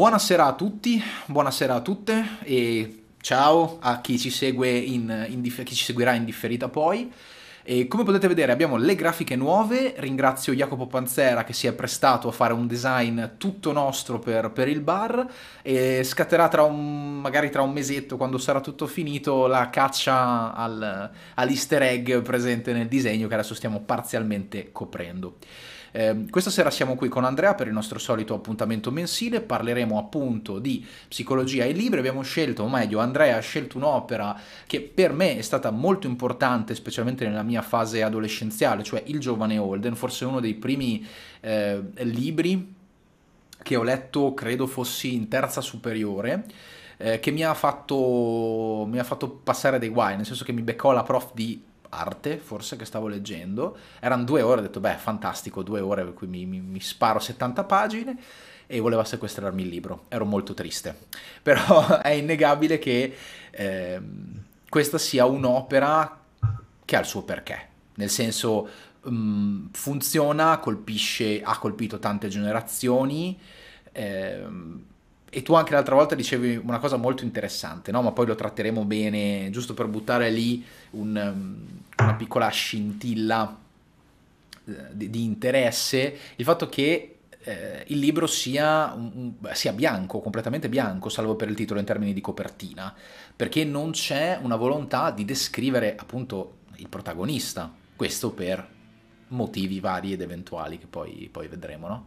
Buonasera a tutti, buonasera a tutte e ciao a chi ci segue chi ci seguirà in differita poi. E come potete vedere abbiamo le grafiche nuove, ringrazio Jacopo Panzera che si è prestato a fare un design tutto nostro per il bar e scatterà magari tra un mesetto quando sarà tutto finito la caccia all'easter egg presente nel disegno che adesso stiamo parzialmente coprendo. Questa sera siamo qui con Andrea per il nostro solito appuntamento mensile, parleremo appunto di psicologia e libri, abbiamo scelto, o meglio Andrea ha scelto un'opera che per me è stata molto importante, specialmente nella mia fase adolescenziale, cioè Il giovane Holden, forse uno dei primi libri che ho letto, credo fossi in terza superiore, che mi ha fatto passare dei guai, nel senso che mi beccò la prof di arte, forse, che stavo leggendo. Erano 2 ore, ho detto, beh, fantastico, 2 ore per cui mi sparo 70 pagine e voleva sequestrarmi il libro. Ero molto triste. Però è innegabile che questa sia un'opera che ha il suo perché. Nel senso, funziona, colpisce, ha colpito tante generazioni. E tu anche l'altra volta dicevi una cosa molto interessante, no? Ma poi lo tratteremo bene, giusto per buttare lì una piccola scintilla di interesse, il fatto che il libro sia bianco, completamente bianco, salvo per il titolo in termini di copertina, perché non c'è una volontà di descrivere appunto il protagonista, questo per motivi vari ed eventuali che poi vedremo, no?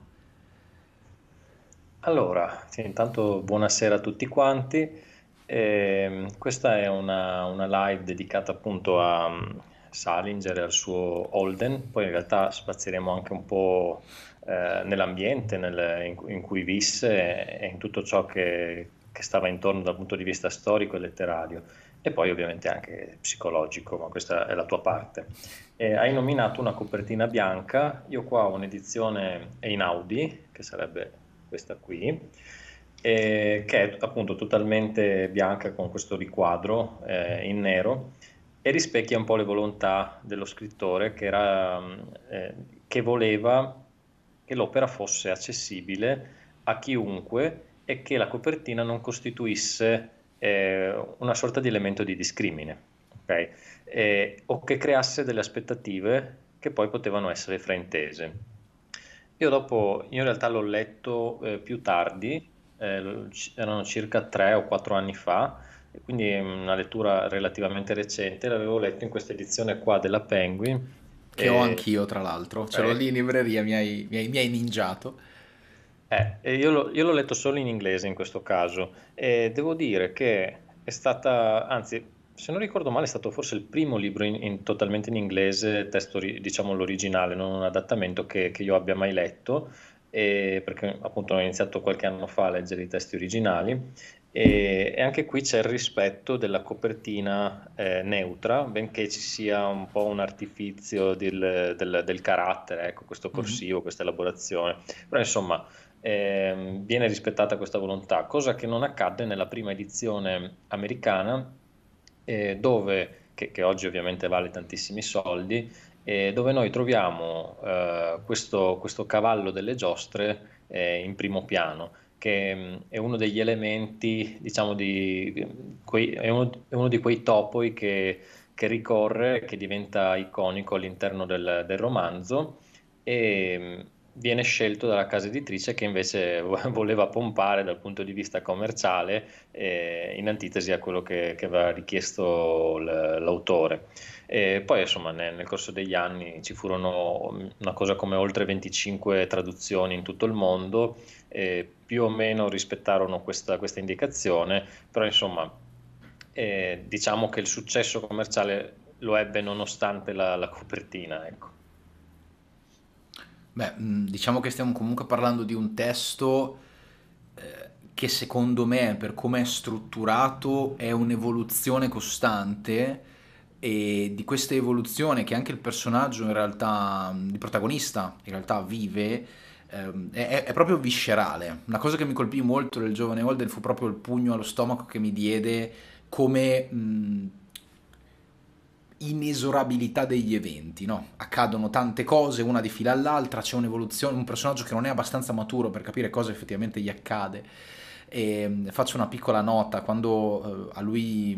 Allora, sì, intanto buonasera a tutti quanti. Questa è una live dedicata appunto a Salinger e al suo Holden. Poi in realtà spazieremo anche un po' nell'ambiente in cui visse e in tutto ciò che stava intorno dal punto di vista storico e letterario. E poi ovviamente anche psicologico, ma questa è la tua parte. Hai nominato una copertina bianca, io qua ho un'edizione Einaudi, che sarebbe questa qui, che è appunto totalmente bianca con questo riquadro in nero e rispecchia un po' le volontà dello scrittore che voleva che l'opera fosse accessibile a chiunque e che la copertina non costituisse una sorta di elemento di discrimine, ok? O che creasse delle aspettative che poi potevano essere fraintese. Io dopo, io in realtà l'ho letto più tardi, erano circa 3 o 4 anni fa, e quindi è una lettura relativamente recente, l'avevo letto in questa edizione qua della Penguin. Che ho E, anch'io, tra l'altro. Ce l'ho ok. lì in libreria, mi hai ninjato. E io l'ho letto solo in inglese in questo caso e devo dire che è stata, anzi, se non ricordo male, è stato forse il primo libro totalmente in inglese, testo, diciamo l'originale, non un adattamento che io abbia mai letto, perché appunto ho iniziato qualche anno fa a leggere i testi originali e anche qui c'è il rispetto della copertina neutra, benché ci sia un po' un artifizio del carattere, ecco, questo Mhm. corsivo, questa elaborazione. Però insomma viene rispettata questa volontà, cosa che non accadde nella prima edizione americana, che oggi ovviamente vale tantissimi soldi, dove noi troviamo questo cavallo delle giostre in primo piano, che è uno degli elementi, diciamo, è uno di quei topoi che ricorre, che diventa iconico all'interno del romanzo e viene scelto dalla casa editrice che invece voleva pompare dal punto di vista commerciale, in antitesi a quello che aveva richiesto l'autore. E poi, insomma, nel corso degli anni ci furono una cosa come oltre 25 traduzioni in tutto il mondo, più o meno rispettarono questa indicazione, però insomma, diciamo che il successo commerciale lo ebbe nonostante la copertina, ecco. Beh, diciamo che stiamo comunque parlando di un testo che secondo me, per come è strutturato, è un'evoluzione costante e di questa evoluzione che anche il personaggio in realtà, il protagonista in realtà vive, è proprio viscerale. Una cosa che mi colpì molto del giovane Holden fu proprio il pugno allo stomaco che mi diede come inesorabilità degli eventi, no? Accadono tante cose, una di fila all'altra, c'è un'evoluzione, un personaggio che non è abbastanza maturo per capire cosa effettivamente gli accade. E faccio una piccola nota, quando a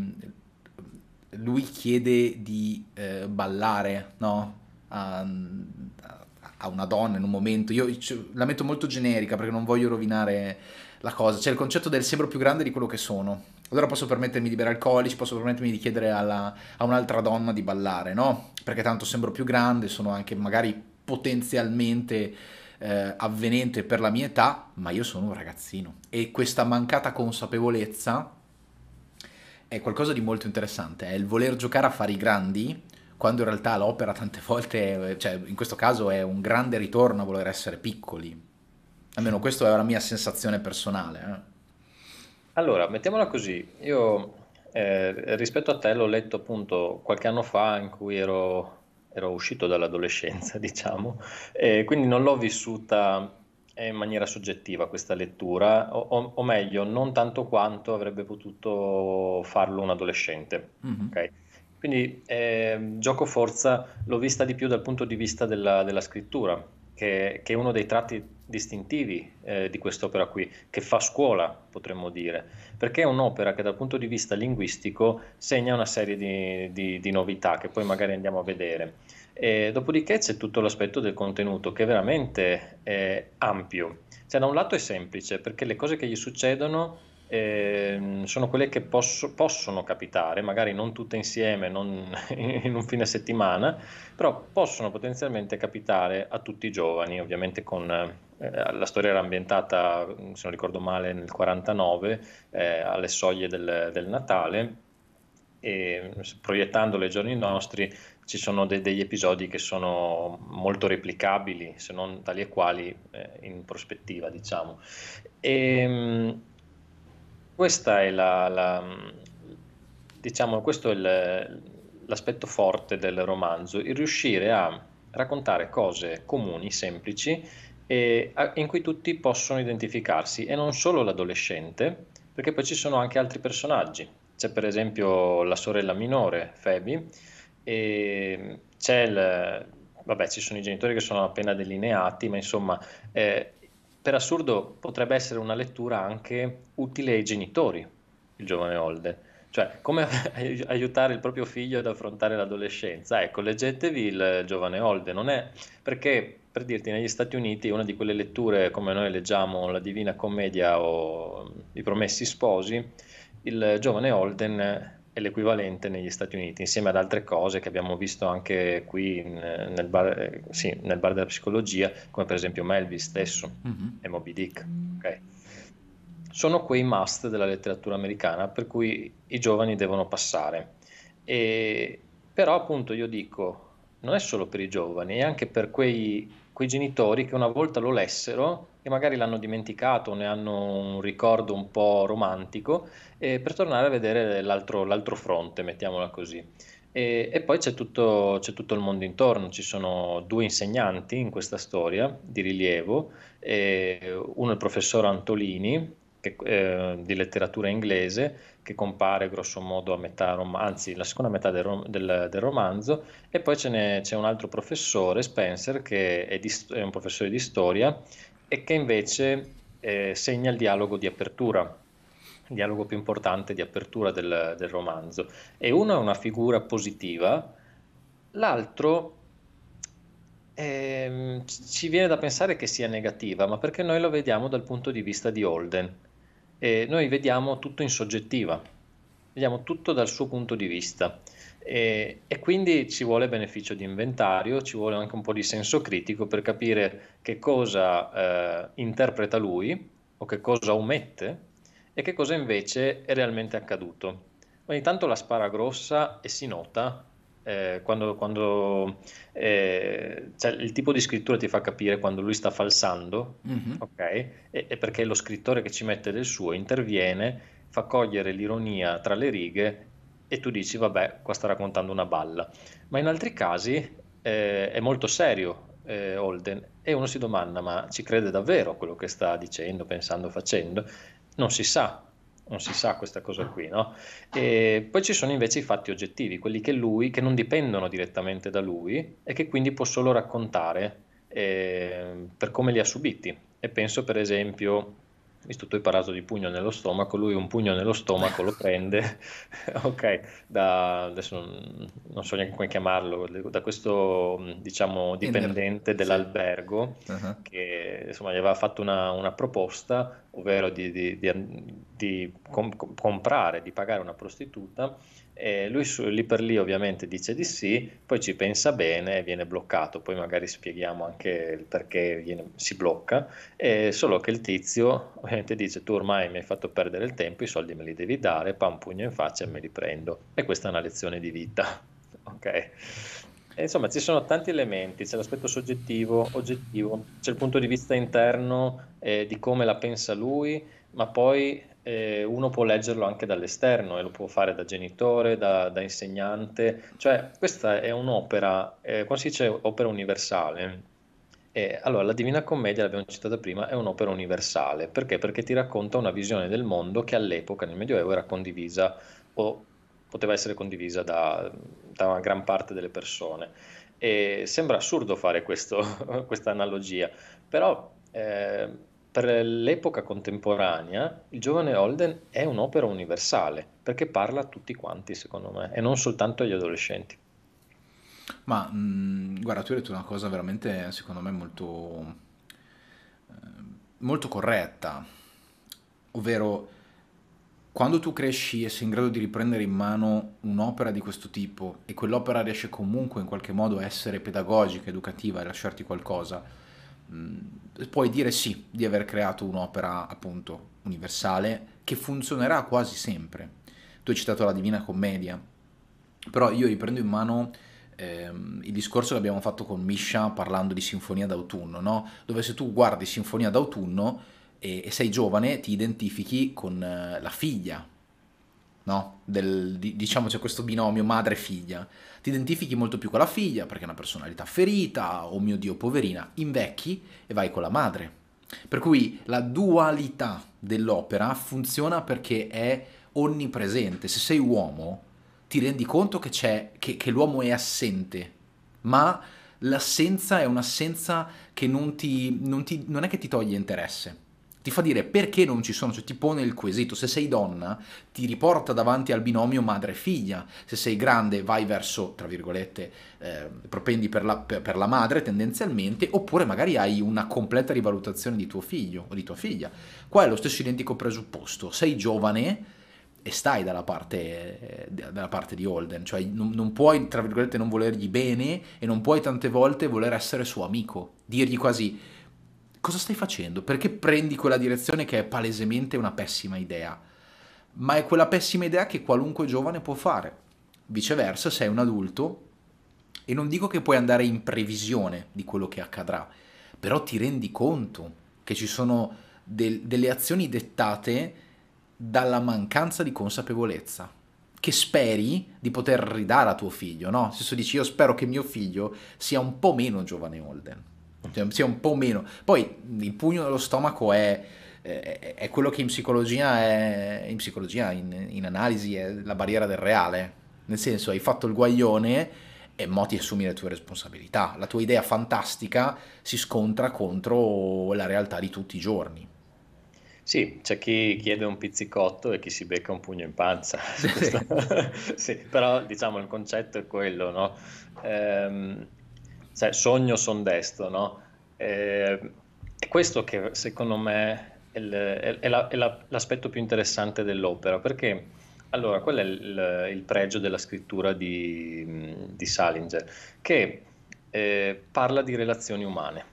lui chiede di ballare, no? A, a una donna in un momento, la metto molto generica perché non voglio rovinare la cosa, c'è il concetto del sembro più grande di quello che sono. Allora posso permettermi di bere alcolici, posso permettermi di chiedere a un'altra donna di ballare, no? Perché tanto sembro più grande, sono anche magari potenzialmente avvenente per la mia età, ma io sono un ragazzino. E questa mancata consapevolezza è qualcosa di molto interessante, è il voler giocare a fare i grandi, quando in realtà l'opera tante volte, cioè in questo caso è un grande ritorno a voler essere piccoli. Almeno questa è la mia sensazione personale. Allora, mettiamola così, io rispetto a te l'ho letto appunto qualche anno fa in cui ero uscito dall'adolescenza, diciamo, e quindi non l'ho vissuta in maniera soggettiva questa lettura, o meglio, non tanto quanto avrebbe potuto farlo un adolescente. Mhm. Ok? Quindi Gioco Forza l'ho vista di più dal punto di vista della scrittura, che è uno dei tratti distintivi di quest'opera qui, che fa scuola, potremmo dire, perché è un'opera che dal punto di vista linguistico segna una serie di novità che poi magari andiamo a vedere. E dopodiché c'è tutto l'aspetto del contenuto che è veramente ampio. Cioè, da un lato è semplice, perché le cose che gli succedono sono quelle che possono capitare, magari non tutte insieme, non in un fine settimana, però possono potenzialmente capitare a tutti i giovani, ovviamente con la storia era ambientata, se non ricordo male, nel 49, alle soglie del Natale, e proiettandolo ai giorni nostri ci sono degli episodi che sono molto replicabili, se non tali e quali in prospettiva, diciamo. E, questa è diciamo, questo è l'aspetto forte del romanzo, il riuscire a raccontare cose comuni, semplici, in cui tutti possono identificarsi, e non solo l'adolescente, perché poi ci sono anche altri personaggi. C'è per esempio la sorella minore, Phoebe, e vabbè, ci sono i genitori che sono appena delineati, ma insomma, per assurdo potrebbe essere una lettura anche utile ai genitori, il giovane Holden. Cioè, come aiutare il proprio figlio ad affrontare l'adolescenza? Ecco, leggetevi il giovane Holden, non è perché, per dirti, negli Stati Uniti è una di quelle letture come noi leggiamo la Divina Commedia o I Promessi Sposi, il giovane Holden è l'equivalente negli Stati Uniti, insieme ad altre cose che abbiamo visto anche qui sì, nel bar della psicologia, come per esempio Melville stesso Mhm. e Moby Dick. Ok? Sono quei must della letteratura americana per cui i giovani devono passare. E, però appunto io dico, non è solo per i giovani, è anche per quei genitori che una volta lo lessero e magari l'hanno dimenticato, ne hanno un ricordo un po' romantico, per tornare a vedere l'altro fronte, mettiamola così. E poi c'è tutto il mondo intorno, ci sono due insegnanti in questa storia di rilievo, uno è il professor Antolini, di letteratura inglese, che compare grosso modo a metà, anzi la seconda metà del romanzo, e poi c'è un altro professore, Spencer, che è un professore di storia e che invece segna il dialogo di apertura, il dialogo più importante di apertura del romanzo. E uno è una figura positiva, l'altro ci viene da pensare che sia negativa, ma perché noi lo vediamo dal punto di vista di Holden. E noi vediamo tutto in soggettiva, vediamo tutto dal suo punto di vista. E quindi ci vuole beneficio di inventario, ci vuole anche un po' di senso critico per capire che cosa interpreta lui o che cosa omette e che cosa invece è realmente accaduto. Ogni tanto la spara grossa e si nota quando cioè, il tipo di scrittura ti fa capire quando lui sta falsando, Mhm. ok? E perché lo scrittore che ci mette del suo interviene, fa cogliere l'ironia tra le righe e tu dici, vabbè, qua sta raccontando una balla. Ma in altri casi è molto serio Holden e uno si domanda, ma ci crede davvero a quello che sta dicendo, pensando, facendo? Non si sa. Non si sa questa cosa qui, no? E poi ci sono invece i fatti oggettivi, quelli che non dipendono direttamente da lui e che quindi può solo raccontare per come li ha subiti. E penso per esempio visto tu hai parlato di pugno nello stomaco, lui un pugno nello stomaco lo prende, ok, adesso non so neanche come chiamarlo, da questo diciamo Ender, dipendente sì. dell'albergo Uh-huh. che insomma gli aveva fatto una proposta, ovvero di comprare, di pagare una prostituta. E lui lì per lì ovviamente dice di sì, poi ci pensa bene e viene bloccato, poi magari spieghiamo anche il perché si blocca. Solo che il tizio ovviamente dice: Tu ormai mi hai fatto perdere il tempo, i soldi me li devi dare, pa un pugno in faccia e me li prendo. E questa è una lezione di vita. Ok? E insomma, ci sono tanti elementi: c'è l'aspetto soggettivo, oggettivo, c'è il punto di vista interno di come la pensa lui, ma poi uno può leggerlo anche dall'esterno e lo può fare da genitore, da insegnante. Cioè, questa è un'opera, come si dice, opera universale. Allora, la Divina Commedia, l'abbiamo citata prima, è un'opera universale. Perché? Perché ti racconta una visione del mondo che all'epoca, nel Medioevo, era condivisa o poteva essere condivisa da una gran parte delle persone. E sembra assurdo fare questa analogia, però per l'epoca contemporanea il giovane Holden è un'opera universale, perché parla a tutti quanti, secondo me, e non soltanto agli adolescenti. Ma guarda, tu hai detto una cosa veramente, secondo me, molto corretta, ovvero quando tu cresci e sei in grado di riprendere in mano un'opera di questo tipo e quell'opera riesce comunque in qualche modo a essere pedagogica, educativa e lasciarti qualcosa, puoi dire sì di aver creato un'opera appunto universale che funzionerà quasi sempre. Tu hai citato la Divina Commedia, però io riprendo in mano il discorso che abbiamo fatto con Misha parlando di Sinfonia d'autunno, no? Dove se tu guardi Sinfonia d'autunno e sei giovane ti identifichi con la figlia, no? Diciamo c'è questo binomio madre-figlia. Ti identifichi molto più con la figlia perché è una personalità ferita, oh mio Dio, poverina, invecchi e vai con la madre. Per cui la dualità dell'opera funziona perché è onnipresente. Se sei uomo, ti rendi conto che l'uomo è assente, ma l'assenza è un'assenza che non è che ti toglie interesse. Ti fa dire perché non ci sono, cioè ti pone il quesito. Se sei donna, ti riporta davanti al binomio madre-figlia. Se sei grande, vai verso, tra virgolette, propendi per la madre tendenzialmente, oppure magari hai una completa rivalutazione di tuo figlio o di tua figlia. Qua è lo stesso identico presupposto. Sei giovane e stai dalla parte di Holden, cioè non puoi, tra virgolette, non volergli bene e non puoi tante volte voler essere suo amico, dirgli quasi cosa stai facendo? Perché prendi quella direzione che è palesemente una pessima idea? Ma è quella pessima idea che qualunque giovane può fare. Viceversa, sei un adulto e non dico che puoi andare in previsione di quello che accadrà, però ti rendi conto che ci sono delle azioni dettate dalla mancanza di consapevolezza che speri di poter ridare a tuo figlio, no? Nel senso dici io spero che mio figlio sia un po' meno giovane Holden, cioè, sia un po' meno. Poi il pugno nello stomaco è quello che in psicologia, in analisi è la barriera del reale, nel senso hai fatto il guaglione e mo ti assumi le tue responsabilità, la tua idea fantastica si scontra contro la realtà di tutti i giorni. Sì, c'è chi chiede un pizzicotto e chi si becca un pugno in pancia. Sì. Sì, però diciamo il concetto è quello, no? Ehm, cioè, sogno son desto, no? È questo che secondo me è l'aspetto più interessante dell'opera, perché allora, quello è il pregio della scrittura di Salinger, che parla di relazioni umane.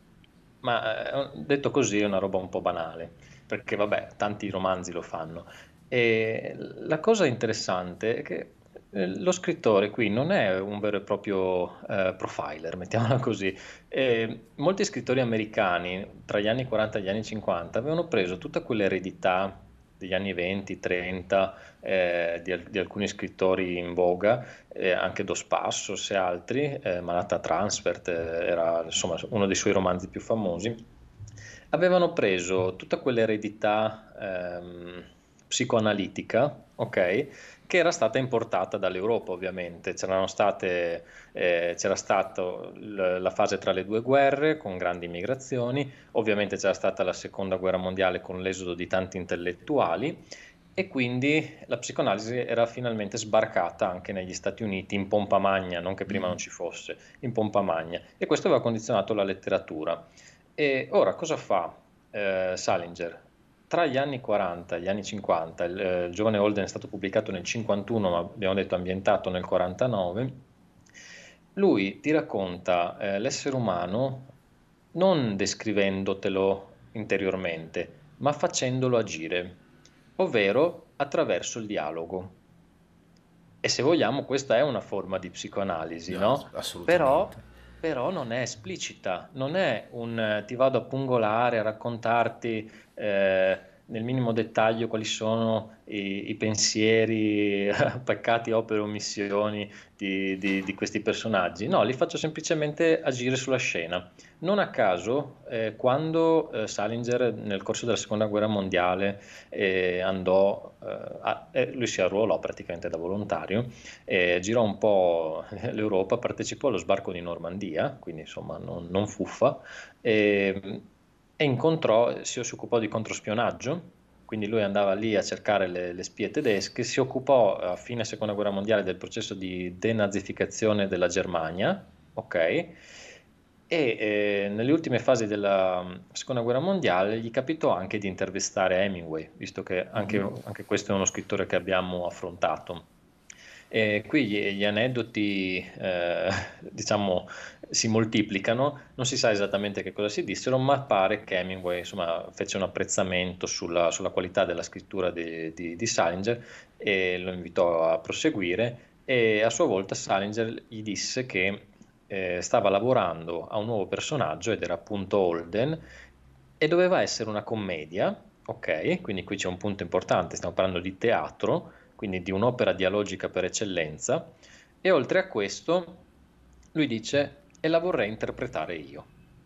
Ma detto così è una roba un po' banale, perché vabbè, tanti romanzi lo fanno. E la cosa interessante è che lo scrittore qui non è un vero e proprio profiler, mettiamola così. Molti scrittori americani tra gli anni 40 e gli anni 50 avevano preso tutta quell'eredità degli anni 20, 30, di alcuni scrittori in voga, anche Dos Passos e altri, Manhattan Transfer era insomma uno dei suoi romanzi più famosi, avevano preso tutta quell'eredità psicoanalitica, ok? Che era stata importata dall'Europa ovviamente. C'era stata la fase tra le due guerre con grandi migrazioni, ovviamente c'era stata la seconda guerra mondiale con l'esodo di tanti intellettuali e quindi la psicoanalisi era finalmente sbarcata anche negli Stati Uniti in pompa magna, non che prima non Mhm. ci fosse, in pompa magna, e questo aveva condizionato la letteratura. E ora cosa fa Salinger? Tra gli anni 40 e gli anni 50, il Giovane Holden è stato pubblicato nel 51, ma abbiamo detto ambientato nel 49, lui ti racconta l'essere umano non descrivendotelo interiormente, ma facendolo agire, ovvero attraverso il dialogo. E se vogliamo, questa è una forma di psicoanalisi, No, no? Però, assolutamente. però non è esplicita, non è un ti vado a pungolare, a raccontarti nel minimo dettaglio quali sono i pensieri, peccati, opere, omissioni di questi personaggi. No, li faccio semplicemente agire sulla scena. Non a caso, quando Salinger nel corso della seconda guerra mondiale lui si arruolò praticamente da volontario, girò un po' l'Europa, partecipò allo sbarco di Normandia, quindi insomma non fuffa, e, si occupò di controspionaggio, quindi lui andava lì a cercare le spie tedesche, si occupò a fine seconda guerra mondiale del processo di denazificazione della Germania, ok? E nelle ultime fasi della seconda guerra mondiale gli capitò anche di intervistare Hemingway, visto che Mhm. anche questo è uno scrittore che abbiamo affrontato. E qui gli aneddoti, diciamo, si moltiplicano, non si sa esattamente che cosa si dissero, ma pare che Hemingway, insomma, fece un apprezzamento sulla qualità della scrittura di Salinger e lo invitò a proseguire. E a sua volta Salinger gli disse che stava lavorando a un nuovo personaggio ed era appunto Holden e doveva essere una commedia, ok? Quindi qui c'è un punto importante, stiamo parlando di teatro, quindi di un'opera dialogica per eccellenza, e oltre a questo lui dice e la vorrei interpretare io.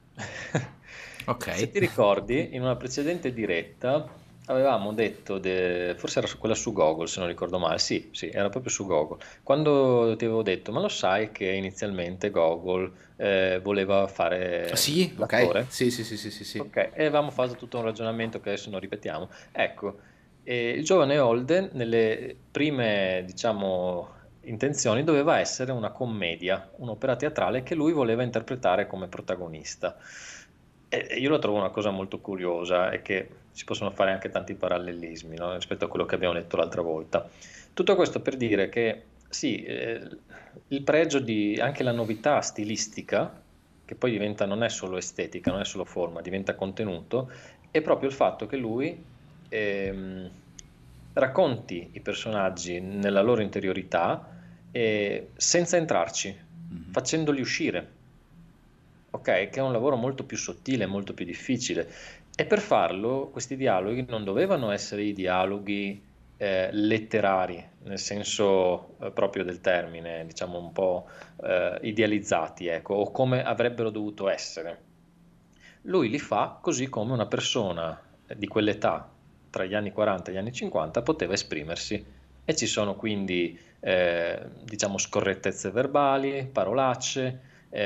Ok. Se ti ricordi, in una precedente diretta avevamo detto, forse era quella su Google, se non ricordo male, sì, sì, era proprio su Google, quando ti avevo detto, ma lo sai che inizialmente Google voleva fare Sì, ok. l'attore? Sì, sì, sì, sì, sì, sì. Ok, e avevamo fatto tutto un ragionamento che adesso non ripetiamo. Ecco, il giovane Holden, nelle prime, diciamo, intenzioni, doveva essere una commedia, un'opera teatrale che lui voleva interpretare come protagonista. E io lo trovo una cosa molto curiosa e che si possono fare anche tanti parallelismi, no, rispetto a quello che abbiamo detto l'altra volta. Tutto questo per dire che sì, il pregio di anche la novità stilistica, che poi diventa, non è solo estetica, non è solo forma, diventa contenuto, è proprio il fatto che lui ehm, racconti i personaggi nella loro interiorità senza entrarci, Mhm. facendoli uscire, ok? Che è un lavoro molto più sottile, molto più difficile. E per farlo, questi dialoghi non dovevano essere i dialoghi letterari, nel senso proprio del termine, diciamo un po' idealizzati, ecco, o come avrebbero dovuto essere. Lui li fa così come una persona di quell'età, tra gli anni 40 e gli anni 50, poteva esprimersi. E ci sono quindi, diciamo, scorrettezze verbali, parolacce,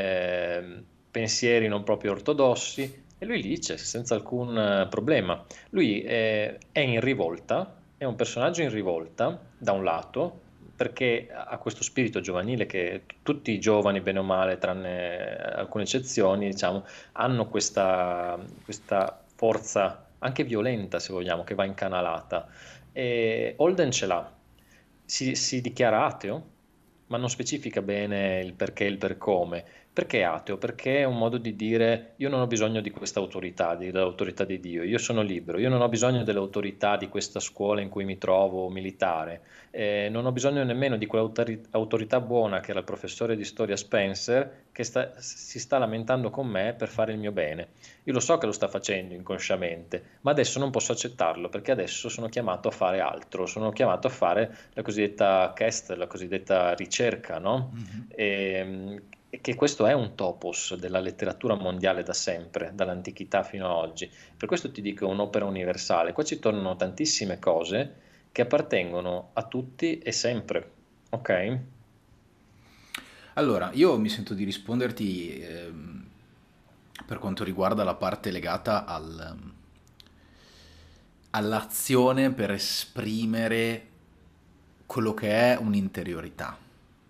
pensieri non proprio ortodossi, e lui li dice senza alcun problema. Lui è in rivolta, è un personaggio in rivolta, da un lato, perché ha questo spirito giovanile che tutti i giovani, bene o male, tranne alcune eccezioni, diciamo, hanno questa forza anche violenta, se vogliamo, che va incanalata. E Holden ce l'ha. Si dichiara ateo, ma non specifica bene il perché e il per come. Perché è ateo? Perché è un modo di dire io non ho bisogno di questa autorità, dell'autorità di Dio, io sono libero, io non ho bisogno dell'autorità di questa scuola in cui mi trovo militare, non ho bisogno nemmeno di quell'autorità buona che era il professore di storia Spencer che si sta lamentando con me per fare il mio bene. Io lo so che lo sta facendo inconsciamente, ma adesso non posso accettarlo perché adesso sono chiamato a fare altro, sono chiamato a fare la cosiddetta quest, la cosiddetta ricerca, no? Mhm. E che questo è un topos della letteratura mondiale da sempre, dall'antichità fino ad oggi. Per questo ti dico è un'opera universale. Qua ci tornano tantissime cose che appartengono a tutti e sempre, ok? Allora, io mi sento di risponderti per quanto riguarda la parte legata all'azione per esprimere quello che è un'interiorità.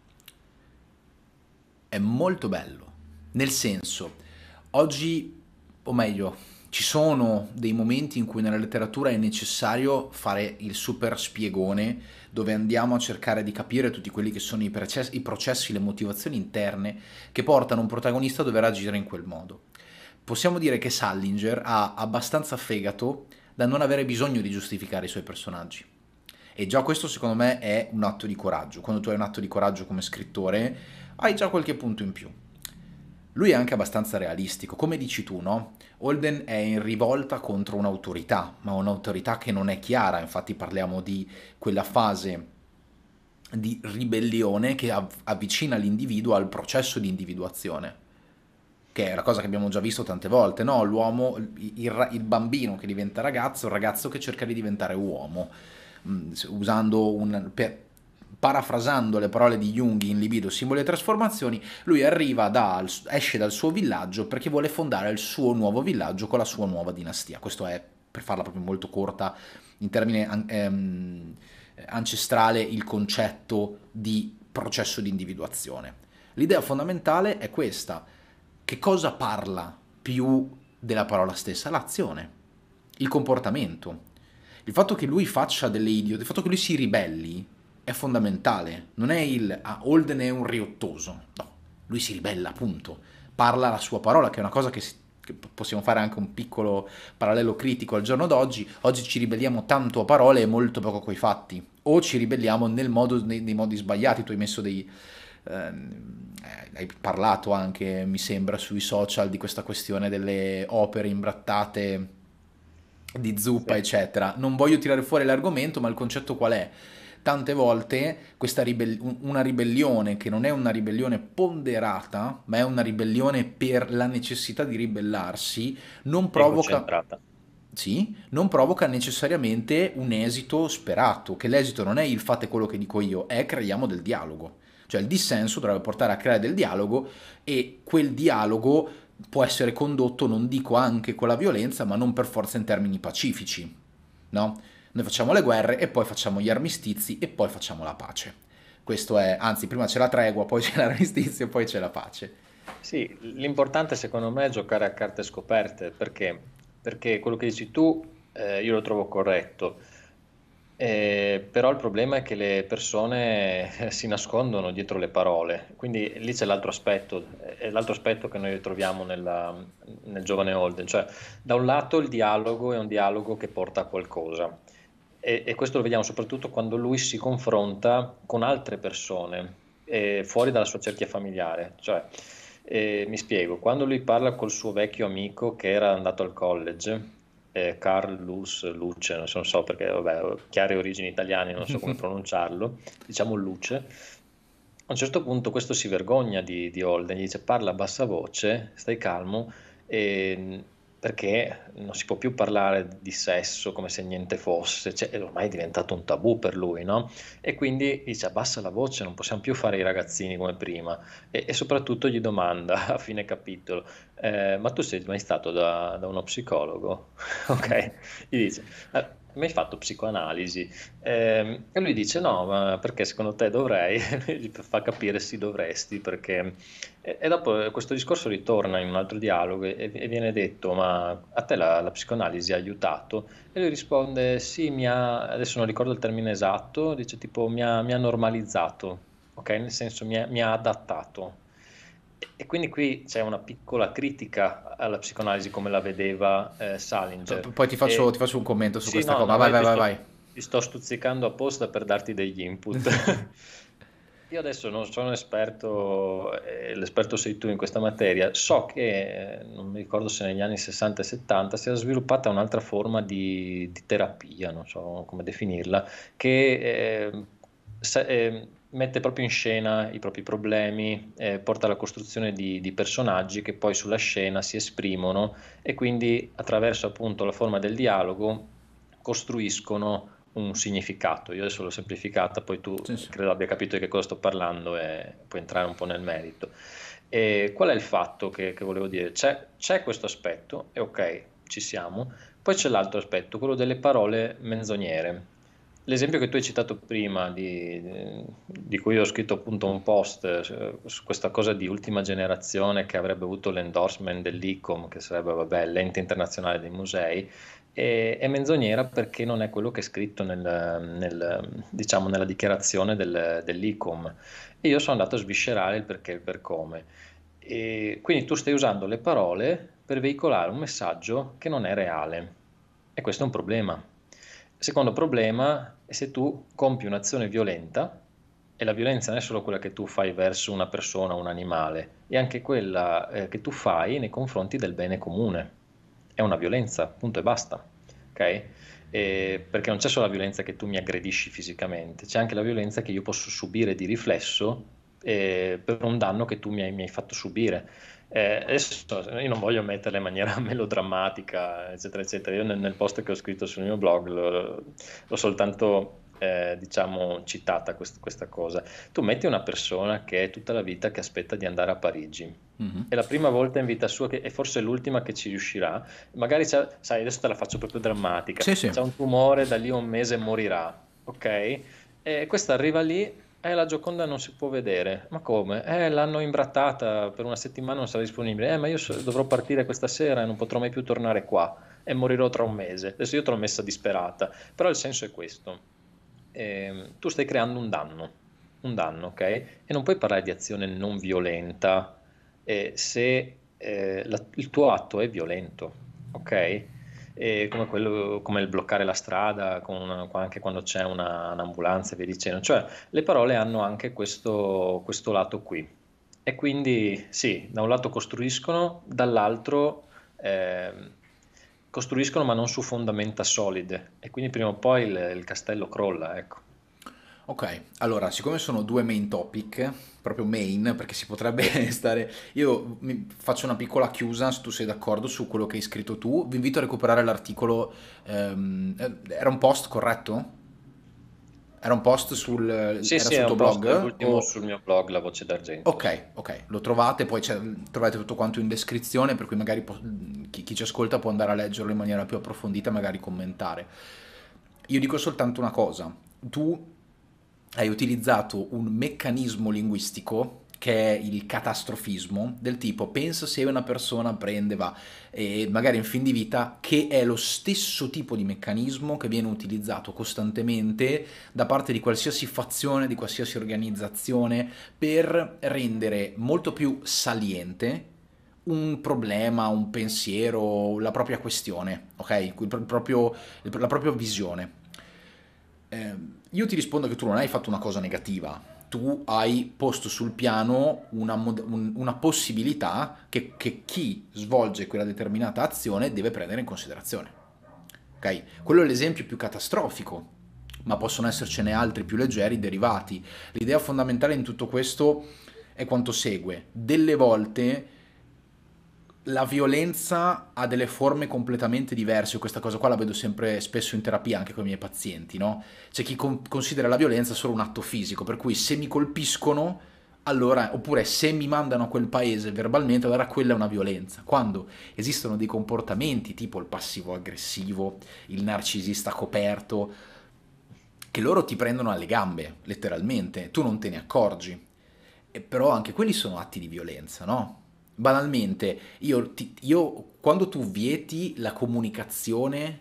È molto bello, nel senso, oggi, o meglio, ci sono dei momenti in cui nella letteratura è necessario fare il super spiegone, dove andiamo a cercare di capire tutti quelli che sono i processi, le motivazioni interne che portano un protagonista a dover agire in quel modo. Possiamo dire che Salinger ha abbastanza fegato da non avere bisogno di giustificare i suoi personaggi. E già questo secondo me è un atto di coraggio. Quando tu hai un atto di coraggio come scrittore, hai già qualche punto in più. Lui è anche abbastanza realistico, come dici tu, no? Holden è in rivolta contro un'autorità, ma un'autorità che non è chiara, infatti parliamo di quella fase di ribellione che avvicina l'individuo al processo di individuazione, che è la cosa che abbiamo già visto tante volte, no? L'uomo, il bambino che diventa ragazzo, il ragazzo che cerca di diventare uomo, usando parafrasando le parole di Jung in Libido, simboli e trasformazioni, lui esce dal suo villaggio perché vuole fondare il suo nuovo villaggio con la sua nuova dinastia. Questo è, per farla proprio molto corta, in termine ancestrale, il concetto di processo di individuazione. L'idea fondamentale è questa: che cosa parla più della parola stessa? L'azione, il comportamento. Il fatto che lui faccia delle idioti, il fatto che lui si ribelli è fondamentale. Non è Holden è un riottoso. No, lui si ribella, appunto. Parla la sua parola, che è una cosa che possiamo fare anche un piccolo parallelo critico al giorno d'oggi. Oggi ci ribelliamo tanto a parole e molto poco coi fatti. O ci ribelliamo nei modi sbagliati. Tu hai messo hai parlato anche, mi sembra, sui social di questa questione delle opere imbrattate di Sì, zuppa, eccetera. Non voglio tirare fuori l'argomento, ma il concetto qual è? Tante volte una ribellione che non è una ribellione ponderata, ma è una ribellione per la necessità di ribellarsi, non provoca, egocentrata. sì, non provoca necessariamente un esito sperato, che l'esito non è il fate quello che dico io, è creiamo del dialogo. Cioè il dissenso dovrebbe portare a creare del dialogo e quel dialogo può essere condotto, non dico anche con la violenza, ma non per forza in termini pacifici, no? Noi facciamo le guerre e poi facciamo gli armistizi e poi facciamo la pace. Questo è, anzi, prima c'è la tregua, poi c'è l'armistizio e poi c'è la pace. Sì, l'importante secondo me è giocare a carte scoperte, perché? Perché quello che dici tu, io lo trovo corretto. Però il problema è che le persone si nascondono dietro le parole, quindi lì c'è l'altro aspetto, è l'altro aspetto che noi troviamo nel giovane Holden, cioè da un lato il dialogo è un dialogo che porta a qualcosa e questo lo vediamo soprattutto quando lui si confronta con altre persone fuori dalla sua cerchia familiare, cioè mi spiego, quando lui parla col suo vecchio amico che era andato al college, Carl Luce, non so perché, vabbè, chiare origini italiane, non so come pronunciarlo, diciamo Luce. A un certo punto questo si vergogna di Holden, gli dice parla a bassa voce, stai calmo, e- perché non si può più parlare di sesso come se niente fosse, cioè, ormai è diventato un tabù per lui, no? E quindi dice abbassa la voce, non possiamo più fare i ragazzini come prima. E soprattutto gli domanda a fine capitolo, ma tu sei mai stato da uno psicologo? Ok? Gli dice, mi hai fatto psicoanalisi? E lui dice no, ma perché secondo te dovrei? E lui gli fa capire sì dovresti, perché... E dopo questo discorso ritorna in un altro dialogo e viene detto, ma a te la psicoanalisi ha aiutato? E lui risponde sì, adesso non ricordo il termine esatto, dice tipo mi ha normalizzato, ok? Nel senso mi ha adattato. E quindi qui c'è una piccola critica alla psicoanalisi come la vedeva Salinger. Poi E, ti faccio un commento su sì, questa no, cosa. no, Vai, ma io vai, vai, vai. ti sto stuzzicando apposta per darti degli input. Io adesso non sono esperto, l'esperto sei tu in questa materia, so che, non mi ricordo se negli anni 60 e 70 si era sviluppata un'altra forma di terapia, non so come definirla, che mette proprio in scena i propri problemi, porta alla costruzione di personaggi che poi sulla scena si esprimono e quindi attraverso appunto la forma del dialogo costruiscono un significato. Io adesso l'ho semplificata, poi tu Sì, sì. credo abbia capito di che cosa sto parlando e puoi entrare un po' nel merito. E qual è il fatto che volevo dire? C'è questo aspetto, e ok, ci siamo. Poi c'è l'altro aspetto, quello delle parole menzognere. L'esempio che tu hai citato prima, di cui ho scritto appunto un post su questa cosa di ultima generazione che avrebbe avuto l'endorsement dell'ICOM, che sarebbe, vabbè, l'ente internazionale dei musei, è menzognera perché non è quello che è scritto diciamo, nella dichiarazione dell'ICOM. E io sono andato a sviscerare il perché e il per come. E quindi tu stai usando le parole per veicolare un messaggio che non è reale. E questo è un problema. Il secondo problema è se tu compi un'azione violenta, e la violenza non è solo quella che tu fai verso una persona o un animale, è anche quella che tu fai nei confronti del bene comune. È una violenza, punto e basta. Ok? Perché non c'è solo la violenza che tu mi aggredisci fisicamente, c'è anche la violenza che io posso subire di riflesso per un danno che tu mi hai fatto subire. Adesso io non voglio metterla in maniera melodrammatica, eccetera, eccetera. Io nel post che ho scritto sul mio blog l'ho soltanto, diciamo, citata questa cosa. Tu metti una persona che è tutta la vita che aspetta di andare a Parigi. Mhm. È la prima volta in vita sua che, e forse è l'ultima che ci riuscirà. Magari sai, adesso te la faccio proprio drammatica. Sì, sì. C'è un tumore, da lì a un mese morirà, ok? E questa arriva lì. La Gioconda non si può vedere. Ma come? L'hanno imbrattata per una settimana, non sarà disponibile. Ma io dovrò partire questa sera e non potrò mai più tornare qua e morirò tra un mese. Adesso io te l'ho messa disperata. Però il senso è questo. Tu stai creando un danno, ok? E non puoi parlare di azione non violenta se il tuo atto è violento, ok? Come il bloccare la strada, anche quando c'è un'ambulanza e via dicendo. Cioè, le parole hanno anche questo lato qui. E quindi sì, da un lato costruiscono, dall'altro costruiscono ma non su fondamenta solide. E quindi prima o poi il castello crolla, ecco. Ok, allora, siccome sono due main topic, proprio main, perché si potrebbe stare... Io faccio una piccola chiusa, se tu sei d'accordo, su quello che hai scritto tu. Vi invito a recuperare l'articolo... era un post, corretto? Era un post Sì, era sì, è sul un tuo post, blog? l'ultimo sul mio blog, La Voce d'Argento, sì. Ok, ok, lo trovate, poi trovate tutto quanto in descrizione, per cui magari chi ci ascolta può andare a leggerlo in maniera più approfondita e magari commentare. Io dico soltanto una cosa, tu hai utilizzato un meccanismo linguistico che è il catastrofismo, del tipo pensa se una persona prende, va, e magari in fin di vita, che è lo stesso tipo di meccanismo che viene utilizzato costantemente da parte di qualsiasi fazione, di qualsiasi organizzazione, per rendere molto più saliente un problema, un pensiero, la propria questione, ok? La propria visione. Io ti rispondo che tu non hai fatto una cosa negativa, tu hai posto sul piano una possibilità che chi svolge quella determinata azione deve prendere in considerazione. Ok? Quello è l'esempio più catastrofico, ma possono essercene altri più leggeri derivati. L'idea fondamentale in tutto questo è quanto segue. Delle volte la violenza ha delle forme completamente diverse, questa cosa qua la vedo sempre spesso in terapia anche con i miei pazienti, no? C'è chi considera la violenza solo un atto fisico, per cui se mi colpiscono, allora, oppure se mi mandano a quel paese verbalmente, allora quella è una violenza. Quando esistono dei comportamenti tipo il passivo aggressivo, il narcisista coperto, che loro ti prendono alle gambe, letteralmente, tu non te ne accorgi. E però anche quelli sono atti di violenza, no? Banalmente, quando tu vieti la comunicazione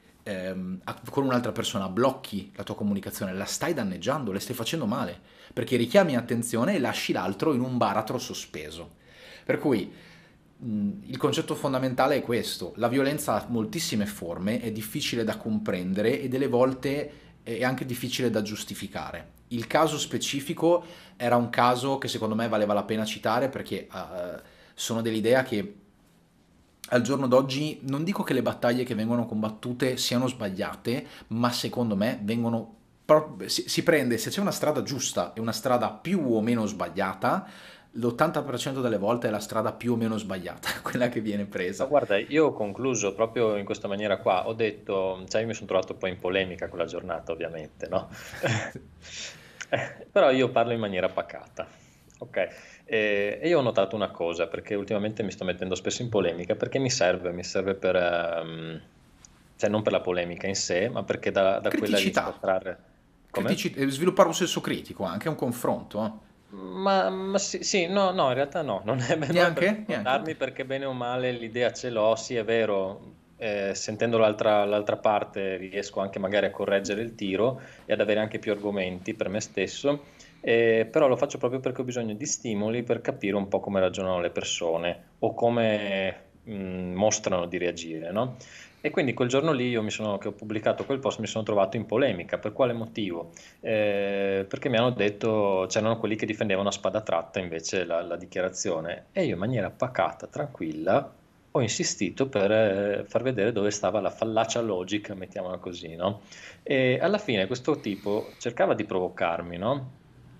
con un'altra persona, blocchi la tua comunicazione, la stai danneggiando, le stai facendo male, perché richiami attenzione e lasci l'altro in un baratro sospeso. Per cui il concetto fondamentale è questo, la violenza ha moltissime forme, è difficile da comprendere e delle volte è anche difficile da giustificare. Il caso specifico era un caso che secondo me valeva la pena citare perché sono dell'idea che al giorno d'oggi non dico che le battaglie che vengono combattute siano sbagliate, ma secondo me si prende, se c'è una strada giusta e una strada più o meno sbagliata, l'80% delle volte è la strada più o meno sbagliata, quella che viene Ma presa. guarda, io ho concluso proprio in questa maniera qua, ho detto, cioè io mi sono trovato poi in polemica quella giornata ovviamente, no? Però io parlo in maniera pacata, ok? E io ho notato una cosa, perché ultimamente mi sto mettendo spesso in polemica, perché mi serve per, cioè non per la polemica in sé, ma perché da quella riesco a Criticità. trarre... Come? Sviluppare un senso critico anche, un confronto. Ma sì, sì, no, no, in realtà no, non è per Neanche? Neanche? confrontarmi perché bene o male l'idea ce l'ho, sì è vero, sentendo l'altra parte riesco anche magari a correggere il tiro e ad avere anche più argomenti per me stesso, però lo faccio proprio perché ho bisogno di stimoli per capire un po' come ragionano le persone o come mostrano di reagire, no? E quindi quel giorno lì che ho pubblicato quel post mi sono trovato in polemica, per quale motivo? Perché mi hanno detto, c'erano quelli che difendevano a spada tratta invece la dichiarazione e io in maniera pacata, tranquilla, ho insistito per far vedere dove stava la fallacia logica, mettiamola così, no? E alla fine questo tipo cercava di provocarmi, no?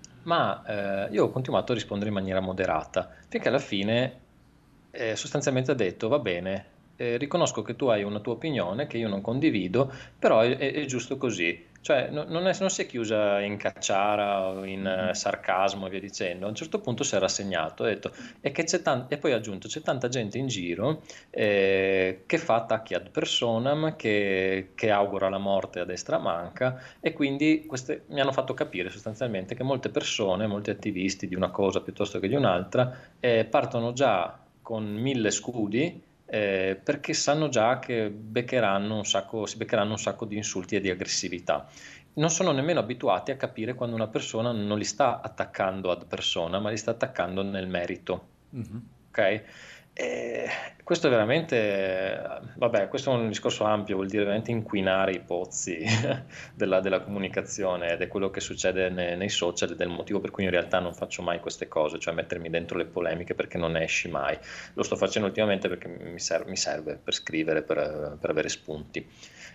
Ma io ho continuato a rispondere in maniera moderata, finché alla fine sostanzialmente ha detto, va bene, riconosco che tu hai una tua opinione che io non condivido, però è giusto così. Cioè, non si è chiusa in cacciara o in Mhm. sarcasmo e via dicendo. A un certo punto si è rassegnato, ha detto, e poi ha aggiunto, c'è tanta gente in giro che fa attacchi ad personam, che augura la morte a destra manca, e quindi mi hanno fatto capire sostanzialmente che molte persone, molti attivisti di una cosa piuttosto che di un'altra, partono già con 1000 scudi perché sanno già che si beccheranno un sacco di insulti e di aggressività. Non sono nemmeno abituati a capire quando una persona non li sta attaccando ad persona, ma li sta attaccando nel merito. Mhm. Ok? E questo è veramente, vabbè, questo è un discorso ampio, vuol dire veramente inquinare i pozzi della comunicazione ed è quello che succede nei social ed è il motivo per cui in realtà non faccio mai queste cose, cioè mettermi dentro le polemiche perché non ne esci mai. Lo sto facendo ultimamente perché mi serve per scrivere, per avere spunti.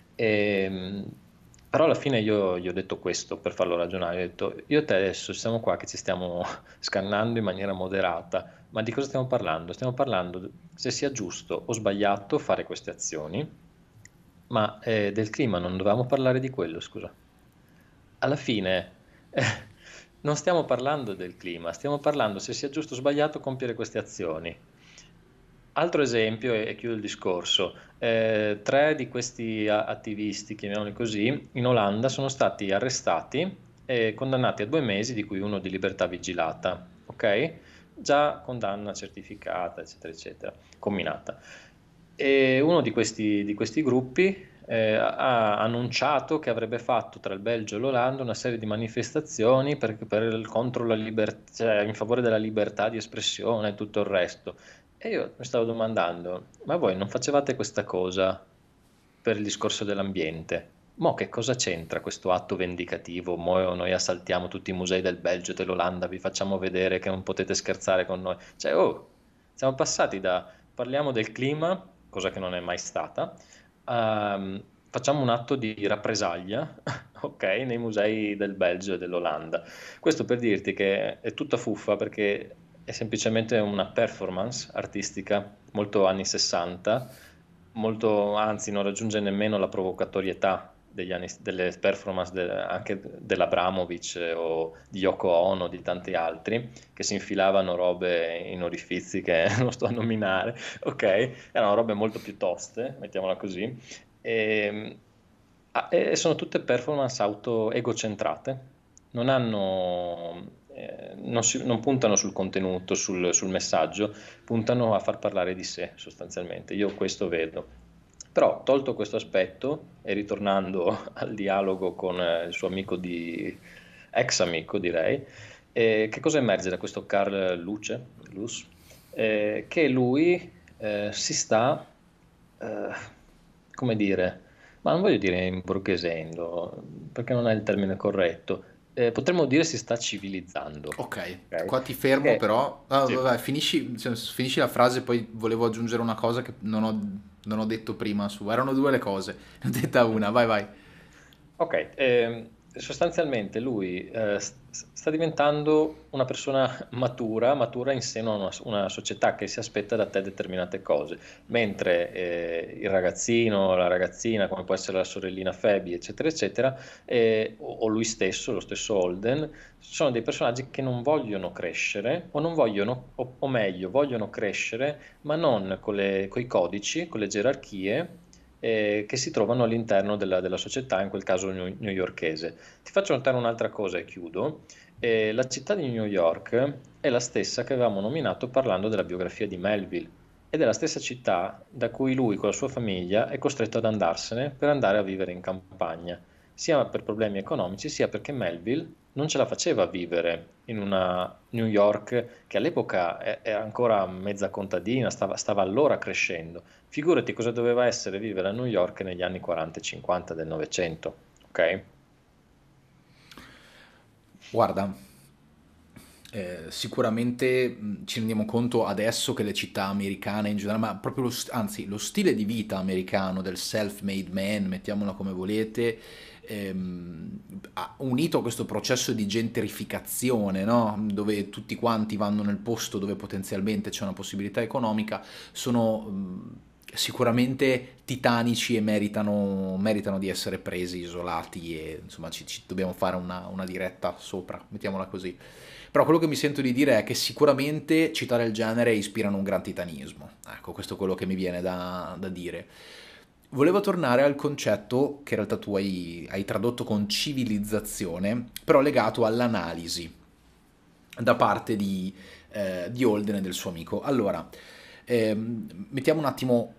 E, però alla fine io gli ho detto questo per farlo ragionare, ho detto io e te adesso siamo qua che ci stiamo scannando in maniera moderata, ma di cosa stiamo parlando? Stiamo parlando se sia giusto o sbagliato fare queste azioni, ma del clima non dovevamo parlare di quello, scusa. Alla fine non stiamo parlando del clima, stiamo parlando se sia giusto o sbagliato compiere queste azioni. Altro esempio, e chiudo il discorso, tre di questi attivisti, chiamiamoli così, in Olanda sono stati arrestati e condannati a 2 mesi, di cui uno di libertà vigilata, ok? Già condanna certificata, eccetera, eccetera, comminata. E uno di questi gruppi ha annunciato che avrebbe fatto tra il Belgio e l'Olanda una serie di manifestazioni contro la libertà, cioè in favore della libertà di espressione e tutto il resto. E io mi stavo domandando, ma voi non facevate questa cosa per il discorso dell'ambiente? Mo' che cosa c'entra questo atto vendicativo? Mo' noi assaltiamo tutti i musei del Belgio e dell'Olanda, vi facciamo vedere che non potete scherzare con noi. Cioè, oh, siamo passati da parliamo del clima, cosa che non è mai stata, facciamo un atto di rappresaglia, ok, nei musei del Belgio e dell'Olanda. Questo per dirti che è tutta fuffa perché è semplicemente una performance artistica molto anni 60, molto, anzi non raggiunge nemmeno la provocatorietà delle performance anche dell'Abramovic o di Yoko Ono, di tanti altri, che si infilavano robe in orifizi che non sto a nominare, ok? Erano robe molto più toste, mettiamola così, e, e sono tutte performance auto-egocentrate, non puntano sul contenuto, sul messaggio, puntano a far parlare di sé sostanzialmente. Io questo vedo. Però tolto questo aspetto e ritornando al dialogo con il suo ex amico direi, che cosa emerge da questo Carl Luz? Che lui si sta, eh, come dire, ma non voglio dire imborghesendo, perché non è il termine corretto, potremmo dire si sta civilizzando, Ok, ok? qua ti fermo Perché, però. Ah, sì, vabbè, finisci la frase, poi volevo aggiungere una cosa che non ho detto prima su. Erano due le cose, ne ho detta una, vai vai. ok, sostanzialmente lui sta diventando una persona matura in seno a una società che si aspetta da te determinate cose, mentre il ragazzino, la ragazzina, come può essere la sorellina Phoebe, eccetera, eccetera, o lui stesso, lo stesso Holden, sono dei personaggi che non vogliono crescere, o non vogliono, o meglio, vogliono crescere, ma non con coi codici, con le gerarchie che si trovano all'interno della società, in quel caso newyorkese. Ti faccio notare un'altra cosa e chiudo. La città di New York è la stessa che avevamo nominato parlando della biografia di Melville ed è la stessa città da cui lui con la sua famiglia è costretto ad andarsene per andare a vivere in campagna, sia per problemi economici, sia perché Melville non ce la faceva a vivere in una New York che all'epoca era ancora mezza contadina, stava allora crescendo. Figurati cosa doveva essere vivere a New York negli anni 40 e 50 del Novecento, ok? Guarda, sicuramente ci rendiamo conto adesso che le città americane in generale, ma proprio anzi lo stile di vita americano del self-made man, mettiamola come volete, unito a questo processo di gentrificazione, no? Dove tutti quanti vanno nel posto dove potenzialmente c'è una possibilità economica, sono sicuramente titanici e meritano di essere presi, isolati e insomma ci dobbiamo fare una diretta sopra, mettiamola così. Però quello che mi sento di dire è che sicuramente città del genere ispirano un gran titanismo. Ecco, questo è quello che mi viene da dire. Volevo tornare al concetto che in realtà tu hai tradotto con civilizzazione, però legato all'analisi da parte di Holden e del suo amico. Allora, mettiamo un attimo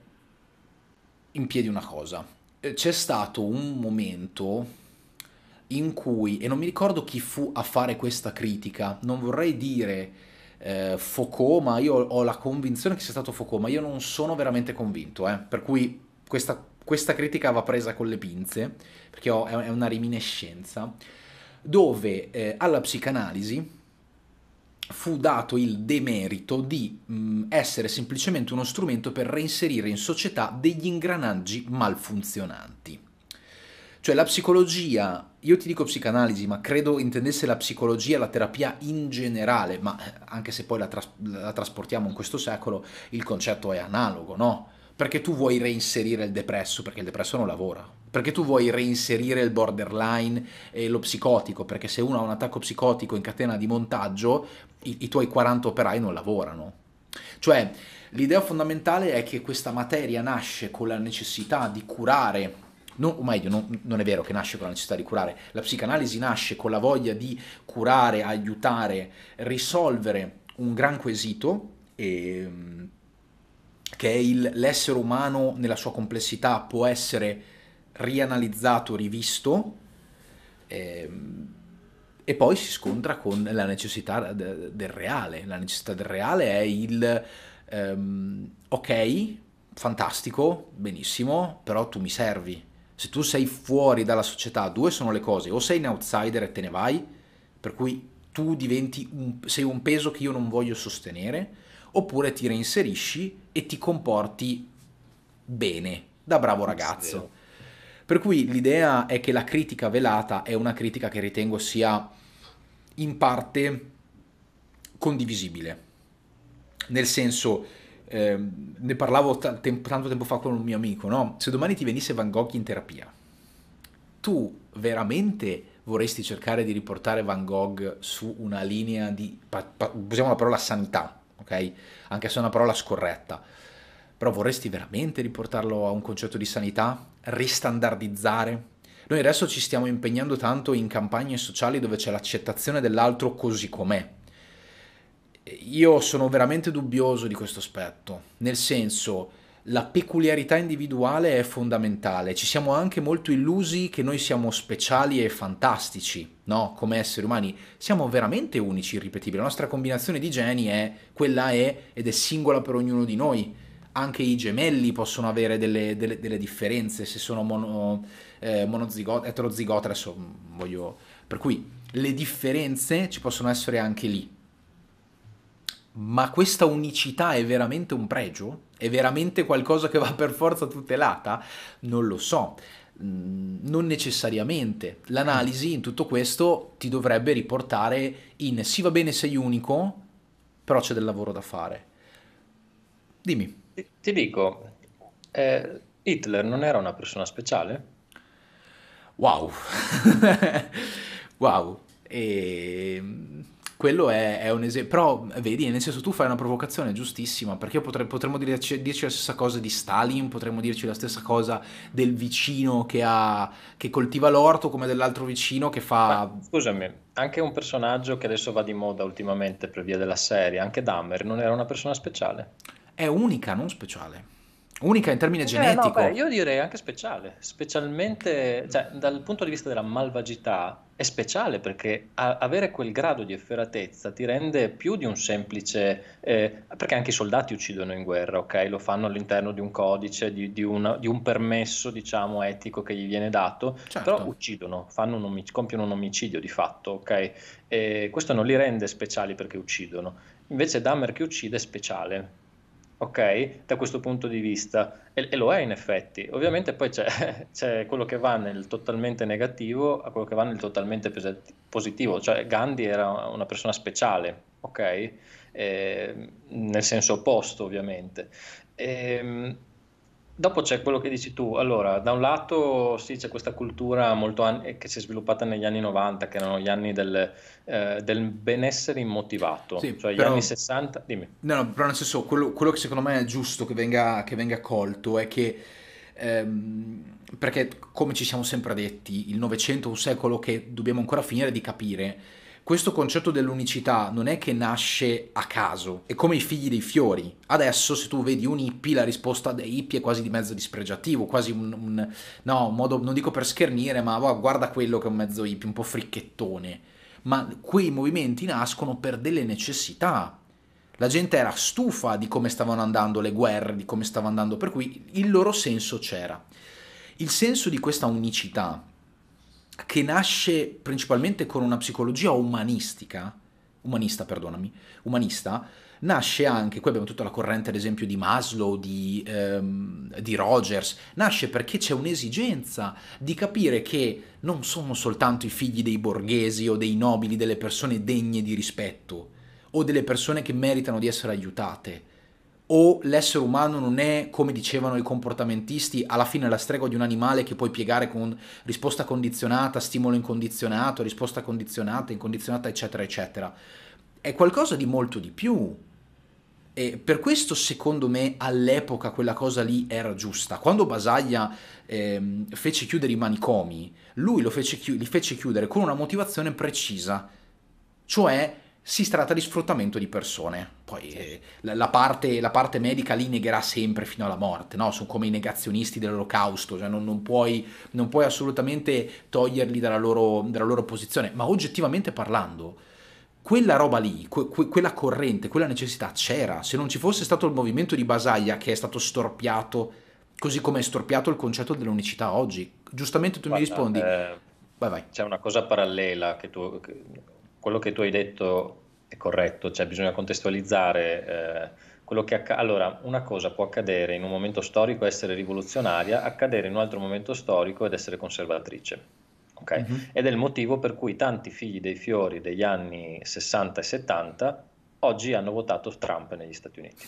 in piedi una cosa. C'è stato un momento in cui, e non mi ricordo chi fu a fare questa critica, non vorrei dire Foucault, ma io ho la convinzione che sia stato Foucault, ma io non sono veramente convinto, per cui questa critica va presa con le pinze, perché è una reminiscenza, dove alla psicanalisi fu dato il demerito di essere semplicemente uno strumento per reinserire in società degli ingranaggi malfunzionanti. Cioè la psicologia, io ti dico psicanalisi, ma credo intendesse la psicologia, la terapia in generale, ma anche se poi la trasportiamo in questo secolo, il concetto è analogo, no? Perché tu vuoi reinserire il depresso, perché il depresso non lavora. Perché tu vuoi reinserire il borderline e lo psicotico, perché se uno ha un attacco psicotico in catena di montaggio, i tuoi 40 operai non lavorano. Cioè, l'idea fondamentale è che questa materia nasce con la necessità di curare, o meglio, non è vero che nasce con la necessità di curare, la psicanalisi nasce con la voglia di curare, aiutare, risolvere un gran quesito, che è l'essere umano nella sua complessità può essere rianalizzato, rivisto, e poi si scontra con la necessità del reale. La necessità del reale è ok, fantastico, benissimo, però tu mi servi. Se tu sei fuori dalla società, due sono le cose: o sei un outsider e te ne vai, per cui tu sei un peso che io non voglio sostenere, oppure ti reinserisci e ti comporti bene, da bravo ragazzo. Vero. Per cui l'idea è che la critica velata è una critica che ritengo sia in parte condivisibile. Nel senso, ne parlavo tanto tempo fa con un mio amico, no? Se domani ti venisse Van Gogh in terapia, tu veramente vorresti cercare di riportare Van Gogh su una linea di, usiamo la parola sanità, ok? Anche se è una parola scorretta, però vorresti veramente riportarlo a un concetto di sanità? Ristandardizzare? Noi adesso ci stiamo impegnando tanto in campagne sociali dove c'è l'accettazione dell'altro così com'è. Io sono veramente dubbioso di questo aspetto, nel senso, la peculiarità individuale è fondamentale. Ci siamo anche molto illusi che noi siamo speciali e fantastici, no? Come esseri umani siamo veramente unici, irripetibili. La nostra combinazione di geni è quella è ed è singola per ognuno di noi. Anche i gemelli possono avere delle differenze se sono monozigoti, eterozigoti, adesso voglio. Per cui le differenze ci possono essere anche lì. Ma questa unicità è veramente un pregio? È veramente qualcosa che va per forza tutelata? Non lo so. Non necessariamente. L'analisi in tutto questo ti dovrebbe riportare in sì, va bene, sei unico, però c'è del lavoro da fare. Dimmi. Ti dico, Hitler non era una persona speciale? Wow. Wow. E quello è un esempio. Però, vedi, nel senso tu fai una provocazione giustissima, perché io potremmo dirci la stessa cosa di Stalin, potremmo dirci la stessa cosa del vicino che coltiva l'orto, come dell'altro vicino che Ma fa... scusami, anche un personaggio che adesso va di moda ultimamente per via della serie, anche Dahmer, non era una persona speciale? È unica, non speciale. Unica in termine No, beh, genetico. io direi anche speciale, specialmente, cioè, dal punto di vista della malvagità è speciale perché avere quel grado di efferatezza ti rende più di un semplice, perché anche i soldati uccidono in guerra, ok? Lo fanno all'interno di un codice, di un permesso, diciamo, etico che gli viene dato, però Certo. uccidono, compiono un omicidio di fatto, ok? E questo non li rende speciali perché uccidono. Invece Dahmer che uccide è speciale, ok? Da questo punto di vista, e lo è in effetti. Ovviamente poi c'è quello che va nel totalmente negativo a quello che va nel totalmente positivo, cioè Gandhi era una persona speciale, ok? Nel senso opposto, ovviamente. Dopo c'è quello che dici tu. Allora, da un lato sì, c'è questa cultura che si è sviluppata negli anni 90, che erano gli anni del benessere immotivato, Sì, cioè gli anni però... 60. Dimmi. No, no, però nel senso, quello che secondo me è giusto che venga colto è che, perché come ci siamo sempre detti, il Novecento è un secolo che dobbiamo ancora finire di capire. Questo concetto dell'unicità non è che nasce a caso, è come i figli dei fiori. Adesso, se tu vedi un hippie, la risposta dei hippie è quasi di mezzo dispregiativo, quasi no, un modo, non dico per schernire, ma "Oh, guarda quello che è un mezzo hippie, un po' fricchettone." Ma quei movimenti nascono per delle necessità. La gente era stufa di come stavano andando le guerre, di come stava andando, per cui il loro senso c'era. Il senso di questa unicità, che nasce principalmente con una psicologia umanista, nasce anche, qui abbiamo tutta la corrente ad esempio di Maslow, di Rogers, nasce perché c'è un'esigenza di capire che non sono soltanto i figli dei borghesi o dei nobili, delle persone degne di rispetto, o delle persone che meritano di essere aiutate, o l'essere umano non è, come dicevano i comportamentisti, alla fine la stregua di un animale che puoi piegare con risposta condizionata, stimolo incondizionato, risposta condizionata, incondizionata, eccetera, eccetera. È qualcosa di molto di più. E per questo, secondo me, all'epoca quella cosa lì era giusta. Quando Basaglia fece chiudere i manicomi, lui li fece chiudere con una motivazione precisa, cioè si tratta di sfruttamento di persone. Poi Sì, sì. la parte medica li negherà sempre fino alla morte, no? Sono come i negazionisti dell'olocausto, cioè non puoi assolutamente toglierli dalla loro posizione, ma oggettivamente parlando, quella roba lì, quella corrente, quella necessità c'era. Se non ci fosse stato il movimento di Basaglia che è stato storpiato, così come è storpiato il concetto dell'unicità oggi. Giustamente tu mi Guarda, rispondi, vai vai. c'è una cosa parallela quello che tu hai detto è corretto, cioè bisogna contestualizzare quello che accade. Allora, una cosa può accadere in un momento storico, essere rivoluzionaria, accadere in un altro momento storico ed essere conservatrice. Ok? Mhm. Ed è il motivo per cui tanti figli dei fiori degli anni 60 e 70 oggi hanno votato Trump negli Stati Uniti.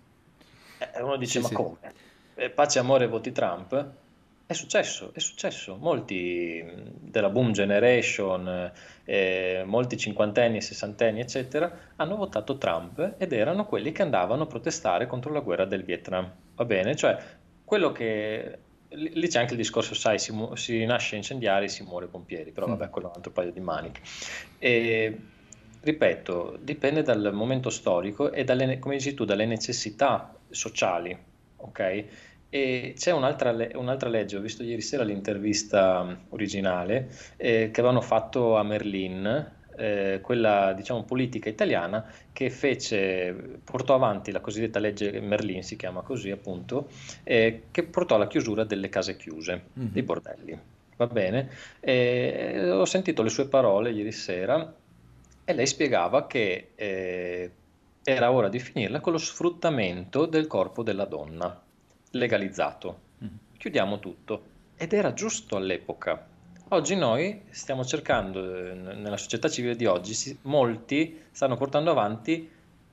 E uno dice, Sì, ma sì. come? Pace, amore, voti Trump? È successo, è successo. Molti della boom generation, molti cinquantenni, sessantenni, eccetera, hanno votato Trump ed erano quelli che andavano a protestare contro la guerra del Vietnam. Va bene? Cioè, quello che... Lì c'è anche il discorso, sai, si nasce incendiari, si muore pompieri, però vabbè, quello è un altro paio di maniche. E, ripeto, dipende dal momento storico e come dici tu, dalle necessità sociali, ok? E c'è un'altra legge, ho visto ieri sera l'intervista originale che avevano fatto a Merlin, quella diciamo politica italiana che portò avanti la cosiddetta legge Merlin, si chiama così appunto, che portò alla chiusura delle case chiuse, dei Mhm. bordelli. Va bene? Ho sentito le sue parole ieri sera e lei spiegava che era ora di finirla con lo sfruttamento del corpo della donna, legalizzato. Mhm. Chiudiamo tutto. Ed era giusto all'epoca. Oggi noi stiamo cercando, nella società civile di oggi, molti stanno portando avanti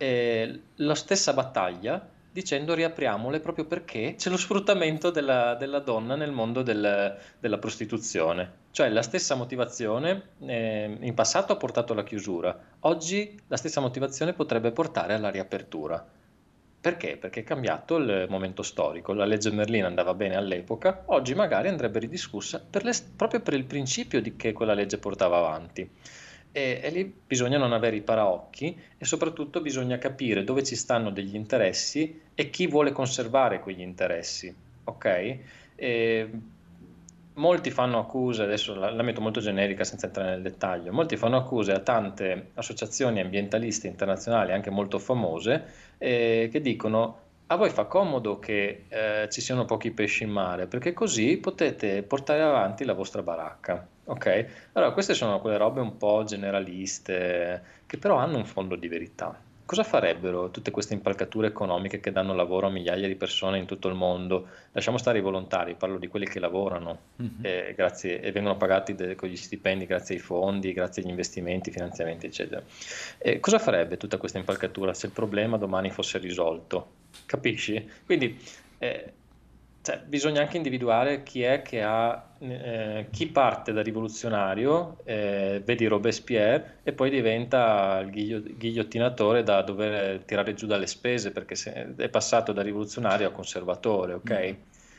la stessa battaglia dicendo riapriamole proprio perché c'è lo sfruttamento della donna nel mondo della prostituzione. Cioè la stessa motivazione in passato ha portato alla chiusura, oggi la stessa motivazione potrebbe portare alla riapertura. Perché? Perché è cambiato il momento storico. La legge Merlin andava bene all'epoca, oggi magari andrebbe ridiscussa proprio per il principio di che quella legge portava avanti. E lì bisogna non avere i paraocchi e soprattutto bisogna capire dove ci stanno degli interessi e chi vuole conservare quegli interessi. Ok? E molti fanno accuse, adesso la metto molto generica senza entrare nel dettaglio, molti fanno accuse a tante associazioni ambientaliste internazionali, anche molto famose, che dicono a voi fa comodo che ci siano pochi pesci in mare, perché così potete portare avanti la vostra baracca. Ok? Allora, queste sono quelle robe un po' generaliste, che però hanno un fondo di verità. Cosa farebbero tutte queste impalcature economiche che danno lavoro a migliaia di persone in tutto il mondo? Lasciamo stare i volontari, parlo di quelli che lavorano Mhm. e vengono pagati con gli stipendi grazie ai fondi, grazie agli investimenti, finanziamenti, eccetera. Cosa farebbe tutta questa impalcatura se il problema domani fosse risolto? Capisci? Quindi eh, cioè, bisogna anche individuare chi è che chi parte da rivoluzionario, vedi Robespierre, e poi diventa il ghigliottinatore da dover tirare giù dalle spese perché è passato da rivoluzionario a conservatore, ok?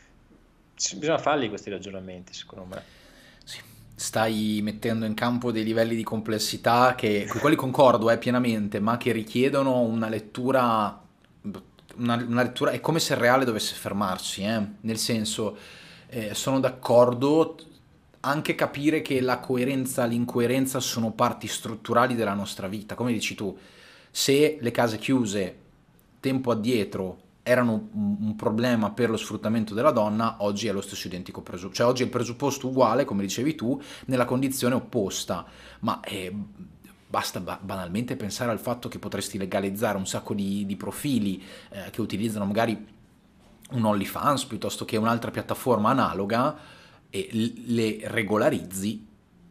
Bisogna farli questi ragionamenti, secondo me. Sì, stai mettendo in campo dei livelli di complessità con i quali concordo pienamente, ma che richiedono una lettura. Una lettura è come se il reale dovesse fermarsi, nel senso, sono d'accordo, anche capire che la coerenza, l'incoerenza sono parti strutturali della nostra vita. Come dici tu, se le case chiuse tempo addietro erano un problema per lo sfruttamento della donna, oggi è lo stesso identico presupposto, cioè oggi è il presupposto uguale, come dicevi tu, nella condizione opposta, ma basta banalmente pensare al fatto che potresti legalizzare un sacco di profili che utilizzano magari un OnlyFans piuttosto che un'altra piattaforma analoga e le regolarizzi.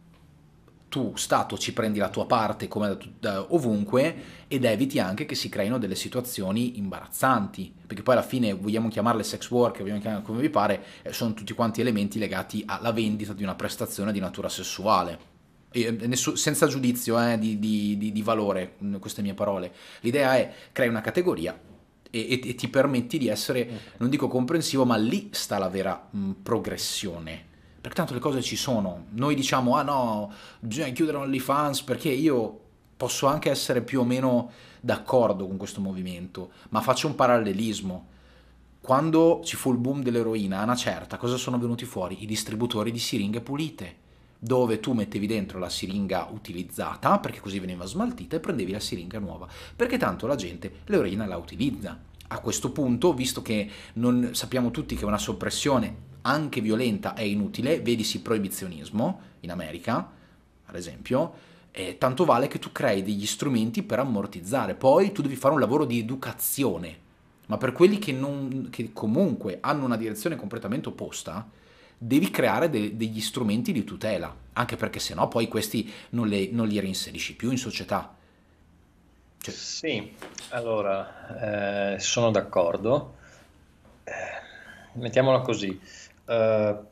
Tu, Stato, ci prendi la tua parte come da ovunque ed eviti anche che si creino delle situazioni imbarazzanti, perché poi alla fine vogliamo chiamarle sex work, vogliamo chiamarle come vi pare, sono tutti quanti elementi legati alla vendita di una prestazione di natura sessuale. Senza giudizio di valore, queste mie parole. L'idea è crei una categoria e ti permetti di essere, non dico comprensivo, ma lì sta la vera progressione. Perché tanto le cose ci sono. Noi diciamo, ah no, bisogna chiudere OnlyFans perché io posso anche essere più o meno d'accordo con questo movimento, ma faccio un parallelismo. Quando ci fu il boom dell'eroina, a una certa, cosa sono venuti fuori? I distributori di siringhe pulite, dove tu mettevi dentro la siringa utilizzata, perché così veniva smaltita, e prendevi la siringa nuova, perché tanto la gente l'eroina la utilizza. A questo punto, visto che non sappiamo tutti che una soppressione anche violenta è inutile, vedisi proibizionismo in America, ad esempio, tanto vale che tu crei degli strumenti per ammortizzare, poi tu devi fare un lavoro di educazione, ma per quelli che comunque hanno una direzione completamente opposta, devi creare degli strumenti di tutela, anche perché sennò poi questi non li reinserisci più in società. Cioè, Sì, allora, sono d'accordo. Mettiamola così. Eh,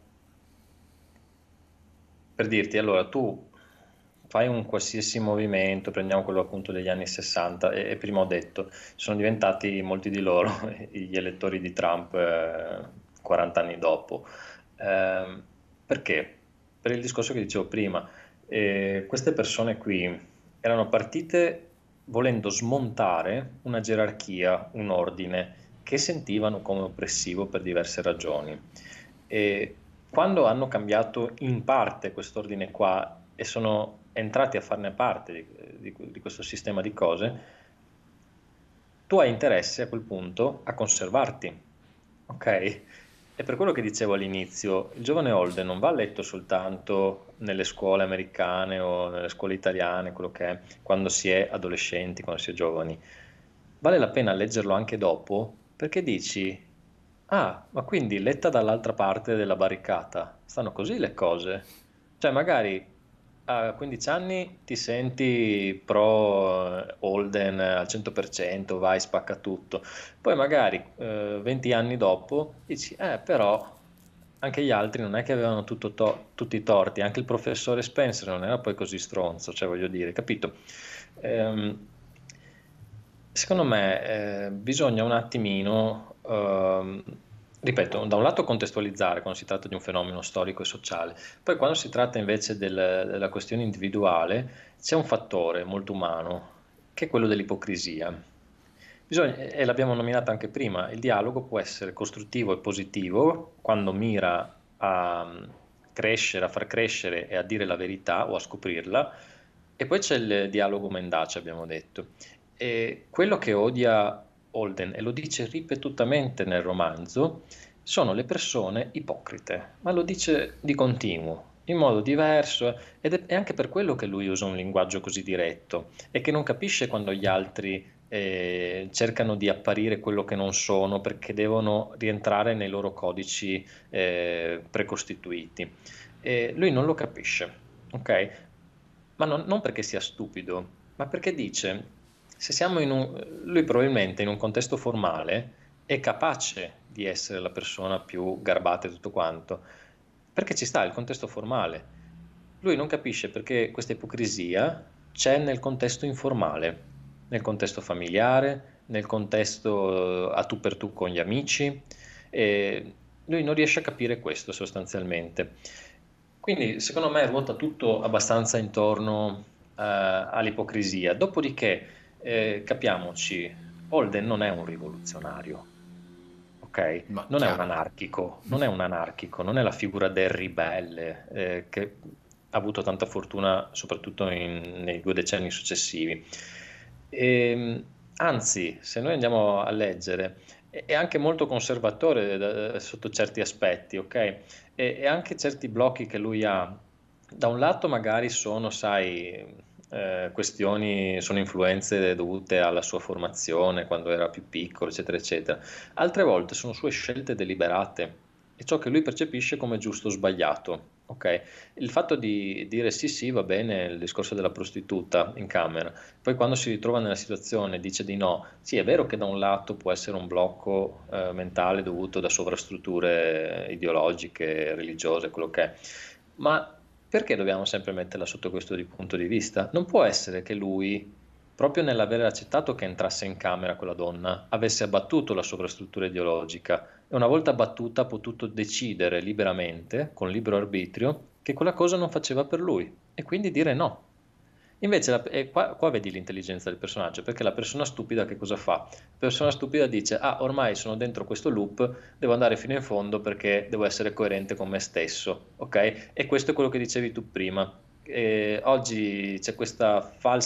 per dirti, allora, tu fai un qualsiasi movimento, prendiamo quello appunto degli anni 60, e prima ho detto, sono diventati molti di loro gli elettori di Trump 40 anni dopo. Ehm, perché? Per il discorso che dicevo prima, queste persone qui erano partite volendo smontare una gerarchia, un ordine che sentivano come oppressivo per diverse ragioni. E quando hanno cambiato in parte quest'ordine qua e sono entrati a farne parte di questo sistema di cose, tu hai interesse a quel punto a conservarti, ok? E per quello che dicevo all'inizio, il giovane Holden non va letto soltanto nelle scuole americane o nelle scuole italiane, quello che è, quando si è adolescenti, quando si è giovani. vale la pena leggerlo anche dopo, perché dici, ah, ma quindi letta dall'altra parte della barricata, stanno così le cose. Cioè, magari a 15 anni ti senti pro Holden al 100%, vai, spacca tutto. Poi magari 20 anni dopo dici, però anche gli altri non è che avevano tutti i torti, anche il professore Spencer non era poi così stronzo, cioè voglio dire, capito? Ehm, Secondo me bisogna un attimino, ripeto, da un lato contestualizzare quando si tratta di un fenomeno storico e sociale, poi quando si tratta invece della questione individuale c'è un fattore molto umano, che è quello dell'ipocrisia. E l'abbiamo nominato anche prima, il dialogo può essere costruttivo e positivo quando mira a crescere, a far crescere e a dire la verità o a scoprirla, e poi c'è il dialogo mendace, abbiamo detto. E quello che odia Holden, e lo dice ripetutamente nel romanzo, sono le persone ipocrite, ma lo dice di continuo, in modo diverso, ed è anche per quello che lui usa un linguaggio così diretto e che non capisce quando gli altri cercano di apparire quello che non sono perché devono rientrare nei loro codici precostituiti. E lui non lo capisce, ok? Ma non perché sia stupido, ma perché dice, se siamo lui probabilmente in un contesto formale è capace di essere la persona più garbata e tutto quanto, perché ci sta il contesto formale. Lui non capisce perché questa ipocrisia c'è nel contesto informale, nel contesto familiare, nel contesto a tu per tu con gli amici. E lui non riesce a capire questo sostanzialmente. Quindi secondo me ruota tutto abbastanza intorno all'ipocrisia. Dopodiché, capiamoci, Holden non è un rivoluzionario, ok? Ma Non è un chiaro. anarchico, non è un anarchico, non è la figura del ribelle, che ha avuto tanta fortuna soprattutto nei 2 decenni successivi. Anzi, se noi andiamo a leggere, è anche molto conservatore sotto certi aspetti, ok? E anche certi blocchi che lui ha, da un lato magari sono, sai, questioni, sono influenze dovute alla sua formazione quando era più piccolo, eccetera, eccetera. Altre volte sono sue scelte deliberate e ciò che lui percepisce come giusto o sbagliato. Ok? Il fatto di dire sì, sì, va bene, il discorso della prostituta in camera, poi quando si ritrova nella situazione dice di no. Sì, è vero che da un lato può essere un blocco mentale dovuto da sovrastrutture ideologiche, religiose, quello che è, ma perché dobbiamo sempre metterla sotto questo punto di vista? Non può essere che lui, proprio nell'aver accettato che entrasse in camera quella donna, avesse abbattuto la sovrastruttura ideologica e una volta abbattuta ha potuto decidere liberamente, con libero arbitrio, che quella cosa non faceva per lui e quindi dire no. Invece, qua vedi l'intelligenza del personaggio, perché la persona stupida che cosa fa? La persona stupida dice, ah, ormai sono dentro questo loop, devo andare fino in fondo perché devo essere coerente con me stesso, ok? E questo è quello che dicevi tu prima. Oggi c'è questa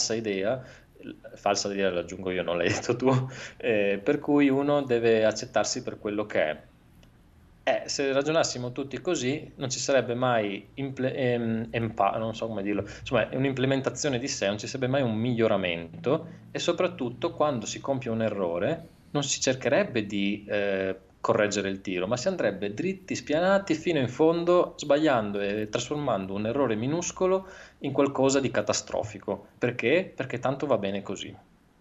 falsa idea l'aggiungo io, non l'hai detto tu, per cui uno deve accettarsi per quello che è. Se ragionassimo tutti così, non ci sarebbe mai, non so come dirlo, insomma, un'implementazione di sé, non ci sarebbe mai un miglioramento e soprattutto quando si compie un errore non si cercherebbe di correggere il tiro, ma si andrebbe dritti, spianati fino in fondo, sbagliando e trasformando un errore minuscolo in qualcosa di catastrofico. Perché? Perché tanto va bene così.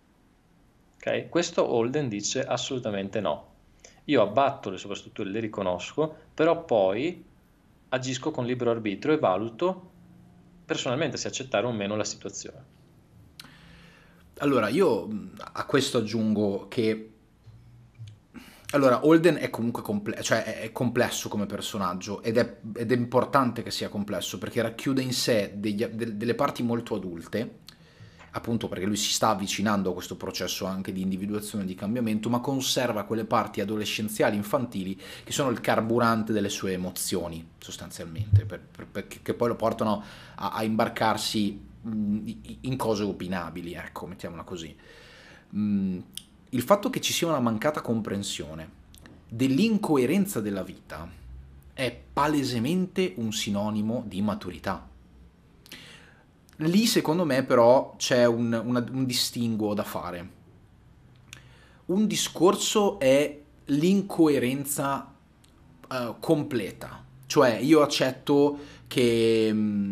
Ok? Questo Holden dice assolutamente no. Io abbatto le sovrastrutture, le riconosco, però poi agisco con libero arbitrio e valuto personalmente se accettare o meno la situazione. Allora, io a questo aggiungo che allora, Holden è comunque cioè è complesso come personaggio ed è importante che sia complesso perché racchiude in sé delle parti molto adulte, appunto perché lui si sta avvicinando a questo processo anche di individuazione e di cambiamento, ma conserva quelle parti adolescenziali, infantili, che sono il carburante delle sue emozioni, sostanzialmente, che poi lo portano a imbarcarsi in cose opinabili, ecco, mettiamola così. Mm, il fatto che ci sia una mancata comprensione dell'incoerenza della vita è palesemente un sinonimo di maturità. Lì secondo me però c'è un distinguo da fare. un discorso è l'incoerenza completa, cioè io accetto che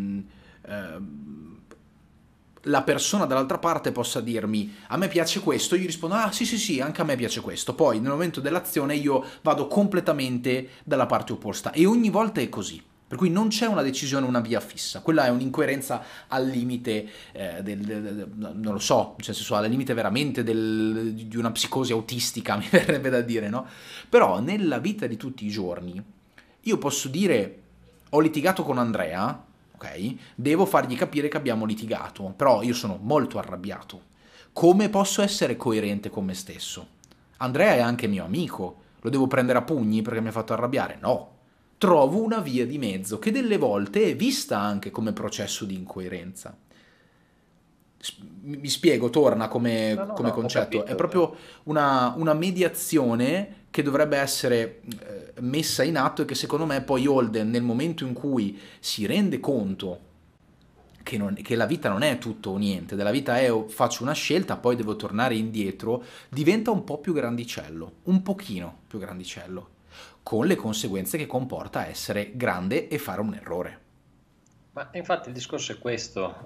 la persona dall'altra parte possa dirmi a me piace questo, io rispondo ah sì sì sì, anche a me piace questo, poi nel momento dell'azione io vado completamente dalla parte opposta e ogni volta è così. Per cui non c'è una decisione, una via fissa, quella è un'incoerenza al limite non lo so, nel senso al limite veramente di una psicosi autistica, mi verrebbe da dire, no? Però nella vita di tutti i giorni io posso dire ho litigato con Andrea, ok? Devo fargli capire che abbiamo litigato, però io sono molto arrabbiato. Come posso essere coerente con me stesso? Andrea è anche mio amico, lo devo prendere a pugni perché mi ha fatto arrabbiare? No. Trovo una via di mezzo che delle volte è vista anche come processo di incoerenza. Mi spiego, torna No, no, come no, ho concetto, è capito. proprio una mediazione che dovrebbe essere messa in atto e che secondo me poi Holden nel momento in cui si rende conto che la vita non è tutto o niente, della vita è faccio una scelta, poi devo tornare indietro, diventa un po' più grandicello, un pochino più grandicello, con le conseguenze che comporta essere grande e fare un errore. Ma infatti il discorso è questo.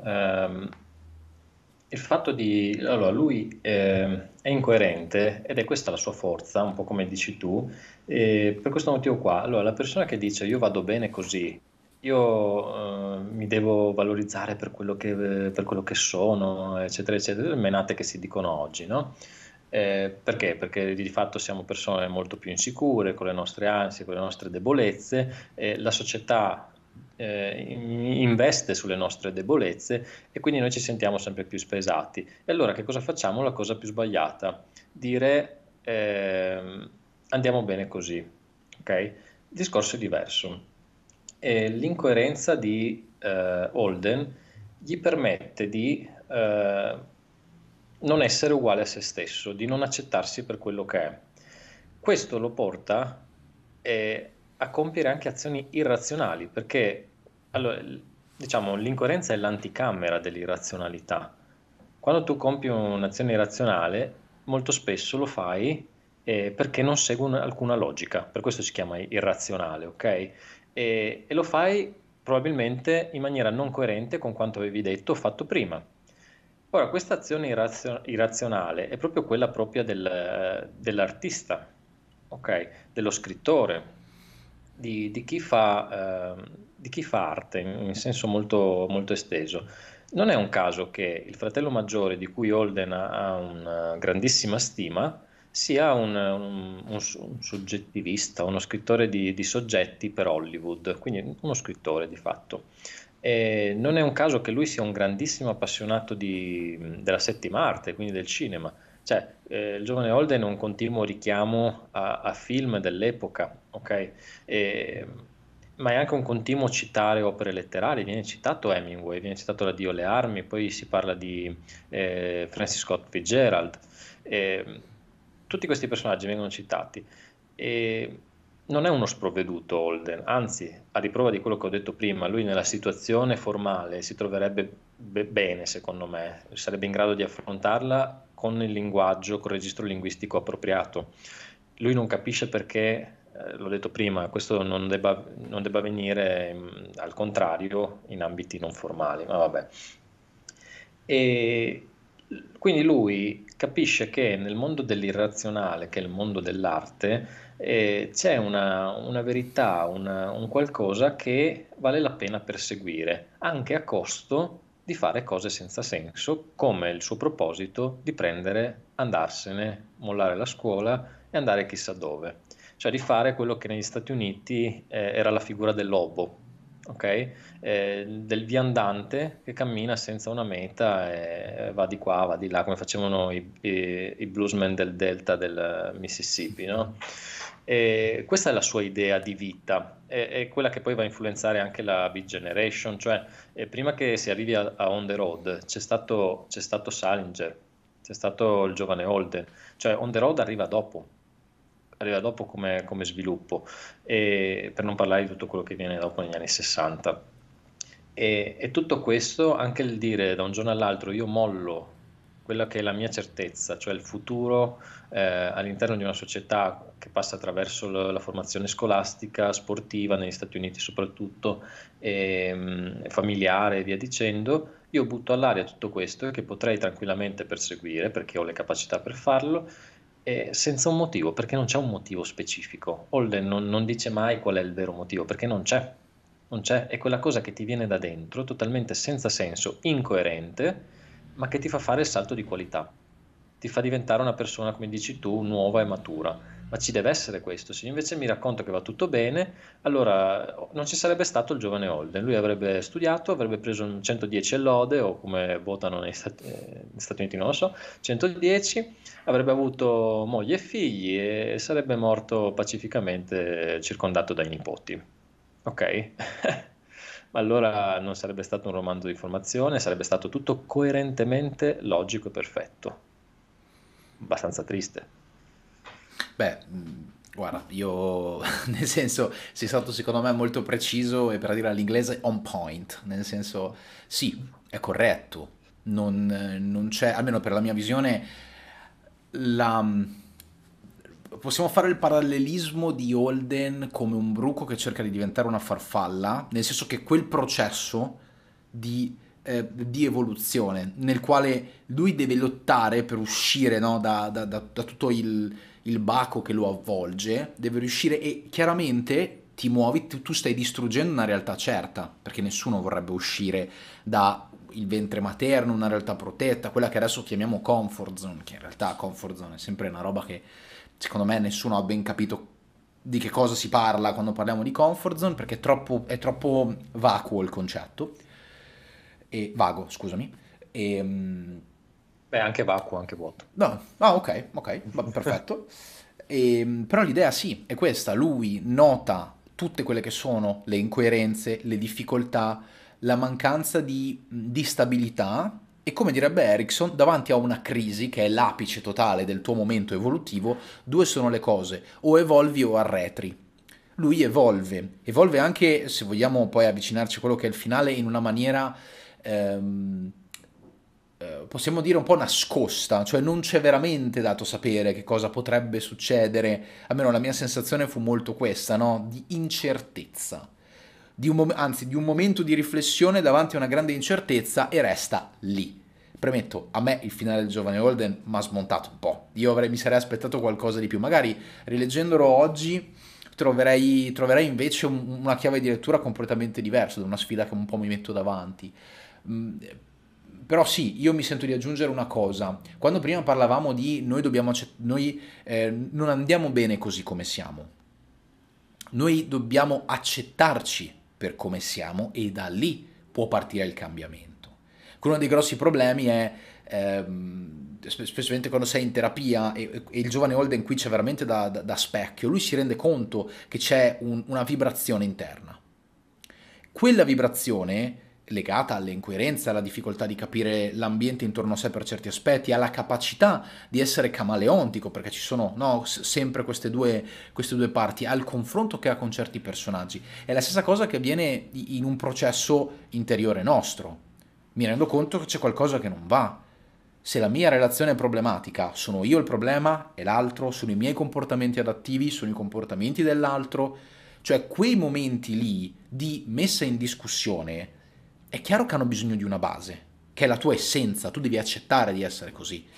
Il fatto di... Allora, lui è incoerente ed è questa la sua forza, un po' come dici tu, e per questo motivo qua. Allora, la persona che dice io vado bene così, io mi devo valorizzare per quello che sono, eccetera, eccetera, le menate che si dicono oggi, no? Perché? Perché di fatto siamo persone molto più insicure, con le nostre ansie, con le nostre debolezze, la società investe sulle nostre debolezze e quindi noi ci sentiamo sempre più spesati. E allora che cosa facciamo? La cosa più sbagliata, dire andiamo bene così, ok? Il discorso è diverso. E l'incoerenza di Holden gli permette di non essere uguale a se stesso, di non accettarsi per quello che è. Questo lo porta a compiere anche azioni irrazionali, perché allora, diciamo, l'incoerenza è l'anticamera dell'irrazionalità. Quando tu compi un'azione irrazionale, molto spesso lo fai perché non segue alcuna logica, per questo si chiama irrazionale, ok? E lo fai probabilmente in maniera non coerente con quanto avevi detto o fatto prima. Ora, questa azione irrazionale è proprio quella propria dell'artista, ok? Dello scrittore, di chi fa arte in senso molto, molto esteso. Non è un caso che il fratello maggiore, di cui Holden ha una grandissima stima, sia un soggettivista, uno scrittore di soggetti per Hollywood, quindi uno scrittore di fatto. E non è un caso che lui sia un grandissimo appassionato della settima arte, quindi del cinema. Cioè, il giovane Holden è un continuo richiamo a film dell'epoca, ok? E- ma è anche un continuo citare opere letterarie, viene citato Hemingway, viene citato l'Addio alle armi, poi si parla di Francis Scott Fitzgerald. E tutti questi personaggi vengono citati. E non è uno sprovveduto Holden, anzi, a riprova di quello che ho detto prima, lui nella situazione formale si troverebbe bene, secondo me, sarebbe in grado di affrontarla con il linguaggio, col registro linguistico appropriato. Lui non capisce perché, l'ho detto prima, questo non debba avvenire al contrario in ambiti non formali, ma vabbè. E quindi lui capisce che nel mondo dell'irrazionale, che è il mondo dell'arte, c'è una verità, un qualcosa che vale la pena perseguire, anche a costo di fare cose senza senso, come il suo proposito di prendere, andarsene, mollare la scuola e andare chissà dove. Cioè di fare quello che negli Stati Uniti era la figura del lobo, ok? Del viandante che cammina senza una meta e va di qua, va di là, come facevano i bluesmen del delta del Mississippi, no? E questa è la sua idea di vita, è quella che poi va a influenzare anche la Beat Generation, cioè prima che si arrivi a On the Road c'è stato Salinger, c'è stato il giovane Holden, cioè On the Road arriva dopo come sviluppo, e per non parlare di tutto quello che viene dopo negli anni 60. E tutto questo, anche il dire da un giorno all'altro io mollo quella che è la mia certezza, cioè il futuro all'interno di una società che passa attraverso la formazione scolastica, sportiva, negli Stati Uniti soprattutto, familiare e via dicendo, io butto all'aria tutto questo che potrei tranquillamente perseguire perché ho le capacità per farlo, senza un motivo, perché non c'è un motivo specifico. Holden non dice mai qual è il vero motivo, perché non c'è. Non c'è, è quella cosa che ti viene da dentro, totalmente senza senso, incoerente, ma che ti fa fare il salto di qualità. Ti fa diventare una persona, come dici tu, nuova e matura. Ma ci deve essere questo. Se invece mi racconto che va tutto bene, allora non ci sarebbe stato il giovane Holden. Lui avrebbe studiato, avrebbe preso un 110 e lode, o come votano negli Stati Uniti, non lo so, 110, avrebbe avuto moglie e figli e sarebbe morto pacificamente circondato dai nipoti. Ok? Ma allora non sarebbe stato un romanzo di formazione, sarebbe stato tutto coerentemente logico e perfetto. Abbastanza triste. Beh, guarda, io nel senso sei stato secondo me molto preciso e per dire all'inglese on point, nel senso sì, è corretto, non c'è, almeno per la mia visione, la, possiamo fare il parallelismo di Holden come un bruco che cerca di diventare una farfalla, nel senso che quel processo di evoluzione nel quale lui deve lottare per uscire, no, da tutto il baco che lo avvolge, deve riuscire e chiaramente ti muovi, tu stai distruggendo una realtà certa, perché nessuno vorrebbe uscire da il ventre materno, una realtà protetta, quella che adesso chiamiamo comfort zone, che in realtà comfort zone è sempre una roba che secondo me nessuno ha ben capito di che cosa si parla quando parliamo di comfort zone, perché è troppo vacuo il concetto, e vago, scusami. E, Beh, anche vacuo, anche vuoto. no, ok, ok, perfetto. Però l'idea sì, è questa, lui nota tutte quelle che sono le incoerenze, le difficoltà, la mancanza di stabilità e come direbbe Erickson, davanti a una crisi che è l'apice totale del tuo momento evolutivo, due sono le cose, o evolvi o arretri. Lui evolve anche, se vogliamo poi avvicinarci a quello che è il finale, in una maniera, ehm, possiamo dire un po' nascosta, cioè non c'è veramente dato sapere che cosa potrebbe succedere, almeno la mia sensazione fu molto questa, no? Di incertezza, anzi di un momento di riflessione davanti a una grande incertezza e resta lì. Premetto, a me il finale del giovane Holden mi ha smontato un po', mi sarei aspettato qualcosa di più, magari rileggendolo oggi troverei invece una chiave di lettura completamente diversa, da una sfida che un po' mi metto davanti. Mm, Però sì, io mi sento di aggiungere una cosa. Quando prima parlavamo di noi non andiamo bene così come siamo. Noi dobbiamo accettarci per come siamo e da lì può partire il cambiamento. Uno dei grossi problemi è, specialmente quando sei in terapia, e il giovane Holden qui c'è veramente da specchio, lui si rende conto che c'è una vibrazione interna. Quella vibrazione legata alle incoerenze, alla difficoltà di capire l'ambiente intorno a sé per certi aspetti, alla capacità di essere camaleontico, perché ci sono, no, sempre queste due parti, al confronto che ha con certi personaggi. È la stessa cosa che avviene in un processo interiore nostro. Mi rendo conto che c'è qualcosa che non va. Se la mia relazione è problematica, sono io il problema e l'altro, sono i miei comportamenti adattivi, sono i comportamenti dell'altro, cioè quei momenti lì di messa in discussione è chiaro che hanno bisogno di una base, che è la tua essenza, tu devi accettare di essere così,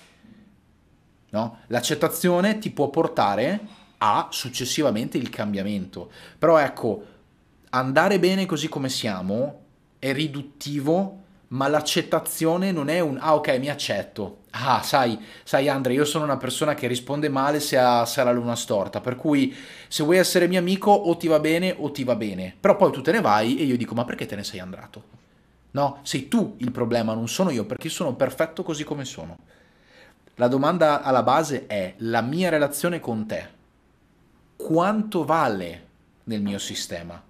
no? L'accettazione ti può portare a successivamente il cambiamento, però ecco, andare bene così come siamo è riduttivo, ma l'accettazione non è un ah ok mi accetto, ah sai Andre, io sono una persona che risponde male se ha la luna storta, per cui se vuoi essere mio amico o ti va bene o ti va bene, però poi tu te ne vai e io dico ma perché te ne sei andato? No, sei tu il problema, non sono io, perché io sono perfetto così come sono. La domanda alla base è la mia relazione con te. Quanto vale nel mio sistema?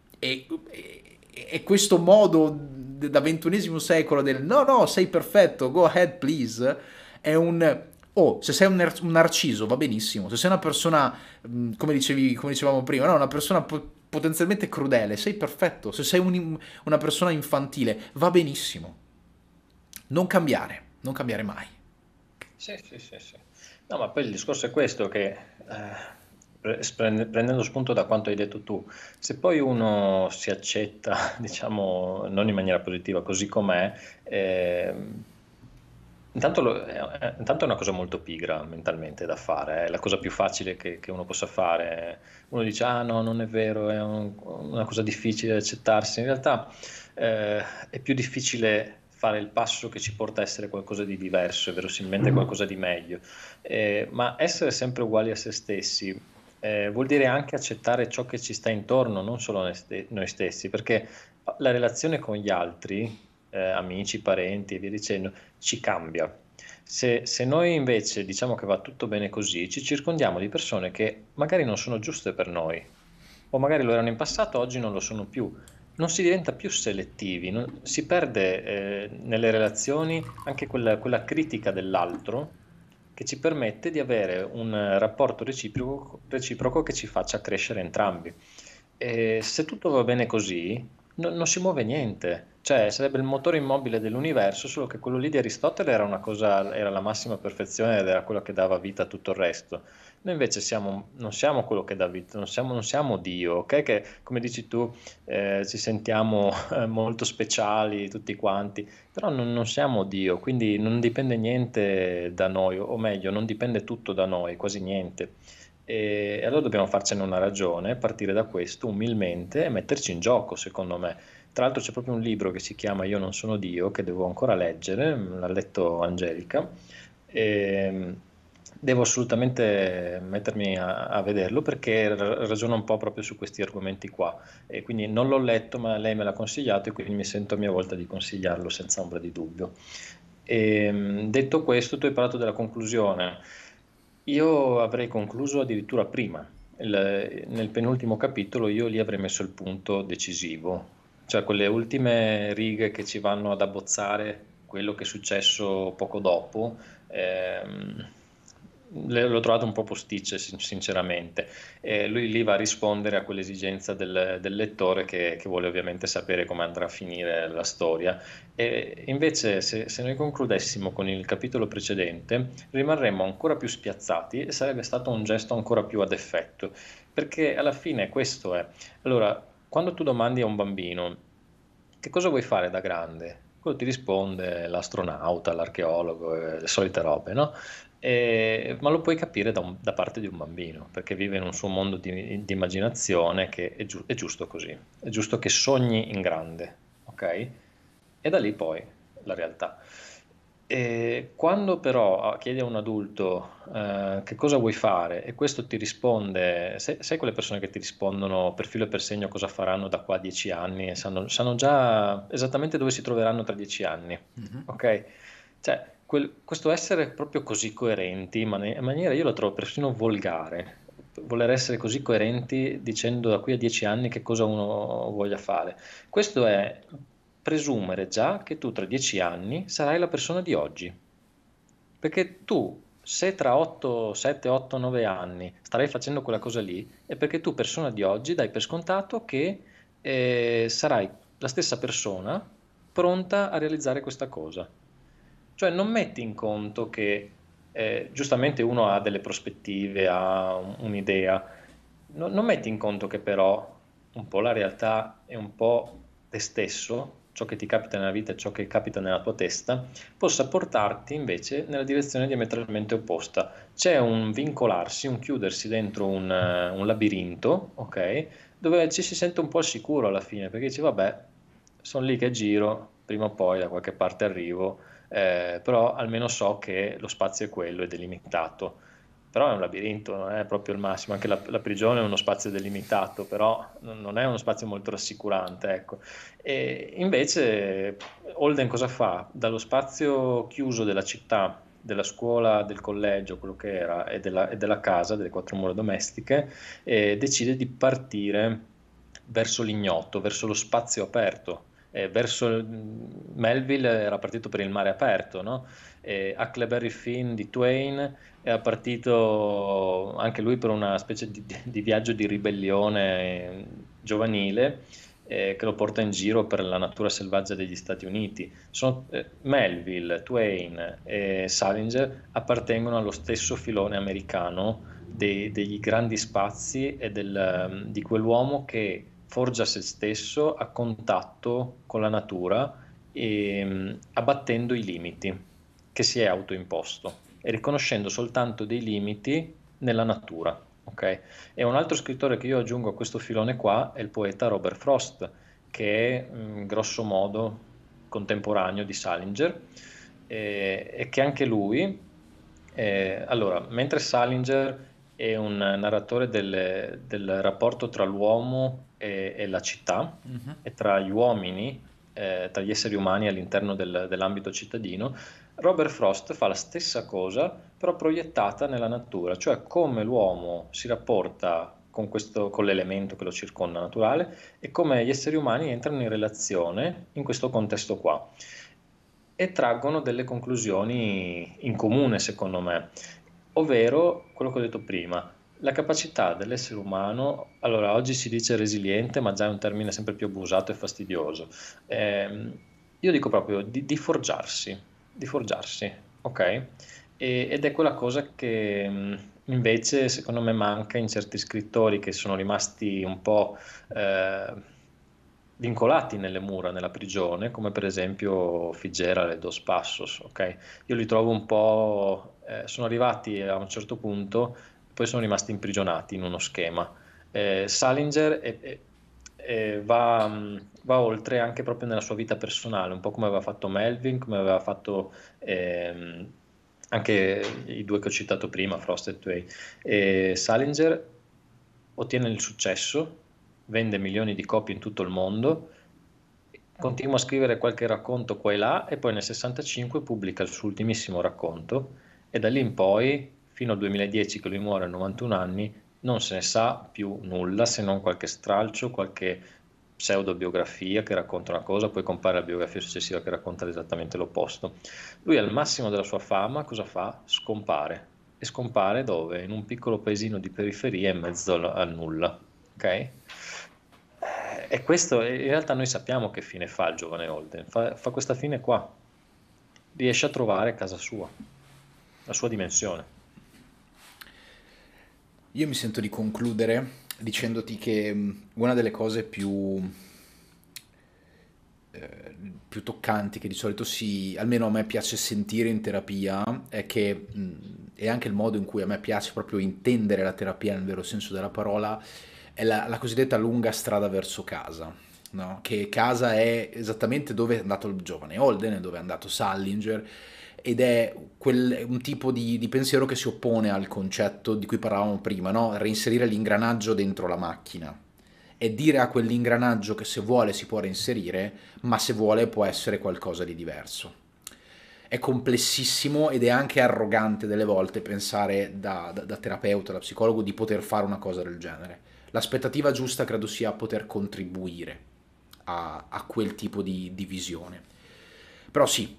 E questo modo da ventunesimo secolo del no, no, sei perfetto, go ahead please, è un oh, se sei un narciso va benissimo, se sei una persona, come dicevamo prima, no, una persona potenzialmente crudele, sei perfetto, se sei una persona infantile va benissimo. Non cambiare mai. Sì, sì, sì, sì. No, ma poi il discorso è questo, che prendendo spunto da quanto hai detto tu, se poi uno si accetta, diciamo, non in maniera positiva, così com'è, intanto, intanto è una cosa molto pigra mentalmente da fare, è la cosa più facile che uno possa fare. Uno dice, ah no, non è vero, è una cosa difficile da accettarsi. In realtà è più difficile fare il passo che ci porta a essere qualcosa di diverso e verosimilmente qualcosa di meglio. Ma essere sempre uguali a se stessi vuol dire anche accettare ciò che ci sta intorno, non solo noi stessi, perché la relazione con gli altri, amici, parenti e via dicendo, ci cambia. Se noi invece diciamo che va tutto bene così, ci circondiamo di persone che magari non sono giuste per noi, o magari lo erano in passato, oggi non lo sono più. Non si diventa più selettivi, si perde nelle relazioni anche quella critica dell'altro che ci permette di avere un rapporto reciproco che ci faccia crescere entrambi. E se tutto va bene così, non si muove niente, cioè sarebbe il motore immobile dell'universo, solo che quello lì di Aristotele era una cosa, era la massima perfezione ed era quello che dava vita a tutto il resto. Noi invece non siamo quello che dà vita, non siamo Dio, ok? Che come dici tu ci sentiamo molto speciali tutti quanti, però non siamo Dio, quindi non dipende niente da noi, o meglio, non dipende tutto da noi, quasi niente. E allora dobbiamo farcene una ragione, partire da questo umilmente e metterci in gioco, secondo me. Tra l'altro c'è proprio un libro che si chiama Io non sono Dio, che devo ancora leggere, l'ha letto Angelica, e devo assolutamente mettermi a vederlo perché ragiona un po' proprio su questi argomenti qua. E quindi non l'ho letto, ma lei me l'ha consigliato e quindi mi sento a mia volta di consigliarlo senza ombra di dubbio. Detto questo, tu hai parlato della conclusione. Io avrei concluso addirittura prima. Nel penultimo capitolo io lì avrei messo il punto decisivo, cioè quelle ultime righe che ci vanno ad abbozzare quello che è successo poco dopo. ehm, L'ho trovato un po' posticce, sinceramente. Lui lì va a rispondere a quell'esigenza del lettore che vuole ovviamente sapere come andrà a finire la storia. E invece, se noi concludessimo con il capitolo precedente, rimarremmo ancora più spiazzati e sarebbe stato un gesto ancora più ad effetto, perché alla fine questo è. Allora, quando tu domandi a un bambino che cosa vuoi fare da grande? Quello ti risponde l'astronauta, l'archeologo, le solite robe, no? Ma lo puoi capire da parte di un bambino, perché vive in un suo mondo di immaginazione che è giusto così, è giusto che sogni in grande, ok? E da lì poi la realtà. E quando però chiedi a un adulto che cosa vuoi fare e questo ti risponde, sai quelle persone che ti rispondono per filo e per segno cosa faranno da qua a 10 anni e sanno già esattamente dove si troveranno tra 10 anni, ok? Cioè, questo essere proprio così coerenti in maniera, io lo trovo persino volgare, voler essere così coerenti dicendo da qui a 10 anni che cosa uno voglia fare. Questo è presumere già che tu tra 10 anni sarai la persona di oggi. Perché tu, se tra 8, 7, 8, 9 anni starai facendo quella cosa lì, è perché tu, persona di oggi, dai per scontato che sarai la stessa persona pronta a realizzare questa cosa. Cioè non metti in conto che giustamente uno ha delle prospettive, ha un'idea, non metti in conto che però un po' la realtà è un po' te stesso, ciò che ti capita nella vita e ciò che capita nella tua testa, possa portarti invece nella direzione diametralmente opposta. C'è un vincolarsi, un chiudersi dentro un labirinto, ok? Dove ci si sente un po' al sicuro alla fine, perché dici, vabbè, sono lì che giro, prima o poi da qualche parte arrivo, però almeno so che lo spazio è quello, è delimitato. Però è un labirinto, non è proprio il massimo, anche la prigione è uno spazio delimitato, però non è uno spazio molto rassicurante, ecco. E invece Holden cosa fa? Dallo spazio chiuso della città, della scuola, del collegio, quello che era, e della casa, delle quattro mura domestiche, decide di partire verso l'ignoto, verso lo spazio aperto. Melville era partito per il mare aperto, no? Huckleberry Finn di Twain era partito anche lui per una specie di viaggio di ribellione giovanile che lo porta in giro per la natura selvaggia degli Stati Uniti. Melville, Twain e Salinger appartengono allo stesso filone americano degli grandi spazi e di quell'uomo che forgia se stesso a contatto con la natura e abbattendo i limiti che si è autoimposto e riconoscendo soltanto dei limiti nella natura. Ok? E un altro scrittore che io aggiungo a questo filone qua è il poeta Robert Frost, che è grosso modo contemporaneo di Salinger, e che anche lui, allora, mentre Salinger è un narratore del rapporto tra l'uomo e la città, Mhm. e tra gli uomini, tra gli esseri umani all'interno dell'ambito cittadino, Robert Frost fa la stessa cosa, però proiettata nella natura, cioè come l'uomo si rapporta con l'elemento che lo circonda naturale e come gli esseri umani entrano in relazione in questo contesto qua e traggono delle conclusioni in comune, secondo me, ovvero quello che ho detto prima. La capacità dell'essere umano, allora oggi si dice resiliente, ma già è un termine sempre più abusato e fastidioso. Ehm, io dico proprio di forgiarsi, ok? Ed è quella cosa che invece secondo me manca in certi scrittori che sono rimasti un po' eh, vincolati nelle mura, nella prigione, come per esempio Fitzgerald e Dos Passos, ok? Io li trovo un po', sono arrivati a un certo punto, poi sono rimasti imprigionati in uno schema. Salinger va oltre anche proprio nella sua vita personale, un po' come aveva fatto Melvin, come aveva fatto anche i due che ho citato prima, Frost e Tway. Salinger ottiene il successo, vende milioni di copie in tutto il mondo, continua a scrivere qualche racconto qua e là e poi nel 65 pubblica il suo ultimissimo racconto e da lì in poi, fino al 2010 che lui muore a 91 anni, non se ne sa più nulla se non qualche stralcio, qualche pseudobiografia che racconta una cosa, poi compare la biografia successiva che racconta esattamente l'opposto. Lui al massimo della sua fama cosa fa? Scompare. E scompare dove? In un piccolo paesino di periferia in mezzo al nulla. Ok? E questo, in realtà noi sappiamo che fine fa il giovane Holden, fa questa fine qua, riesce a trovare casa sua, la sua dimensione. Io mi sento di concludere dicendoti che una delle cose più toccanti che di solito almeno a me piace sentire in terapia, è che è anche il modo in cui a me piace proprio intendere la terapia nel vero senso della parola, è la cosiddetta lunga strada verso casa, no? Che casa è esattamente dove è andato il giovane Holden e dove è andato Salinger, ed è un tipo di pensiero che si oppone al concetto di cui parlavamo prima, no? Reinserire l'ingranaggio dentro la macchina e dire a quell'ingranaggio che se vuole si può reinserire, ma se vuole può essere qualcosa di diverso. È complessissimo ed è anche arrogante delle volte pensare da terapeuta, da psicologo, di poter fare una cosa del genere. L'aspettativa giusta credo sia poter contribuire a quel tipo di visione. Però sì,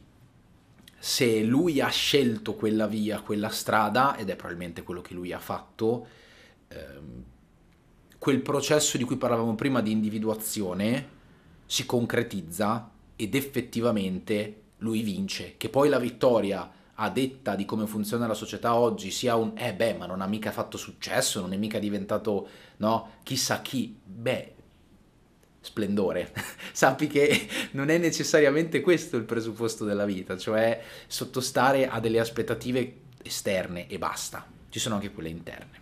se lui ha scelto quella via, quella strada, ed è probabilmente quello che lui ha fatto, ehm, quel processo di cui parlavamo prima di individuazione si concretizza ed effettivamente lui vince. Che poi la vittoria a detta di come funziona la società oggi sia un beh, ma non ha mica fatto successo, non è mica diventato, no, chissà chi. Beh, splendore. Sappi che non è necessariamente questo il presupposto della vita, cioè sottostare a delle aspettative esterne e basta. Ci sono anche quelle interne.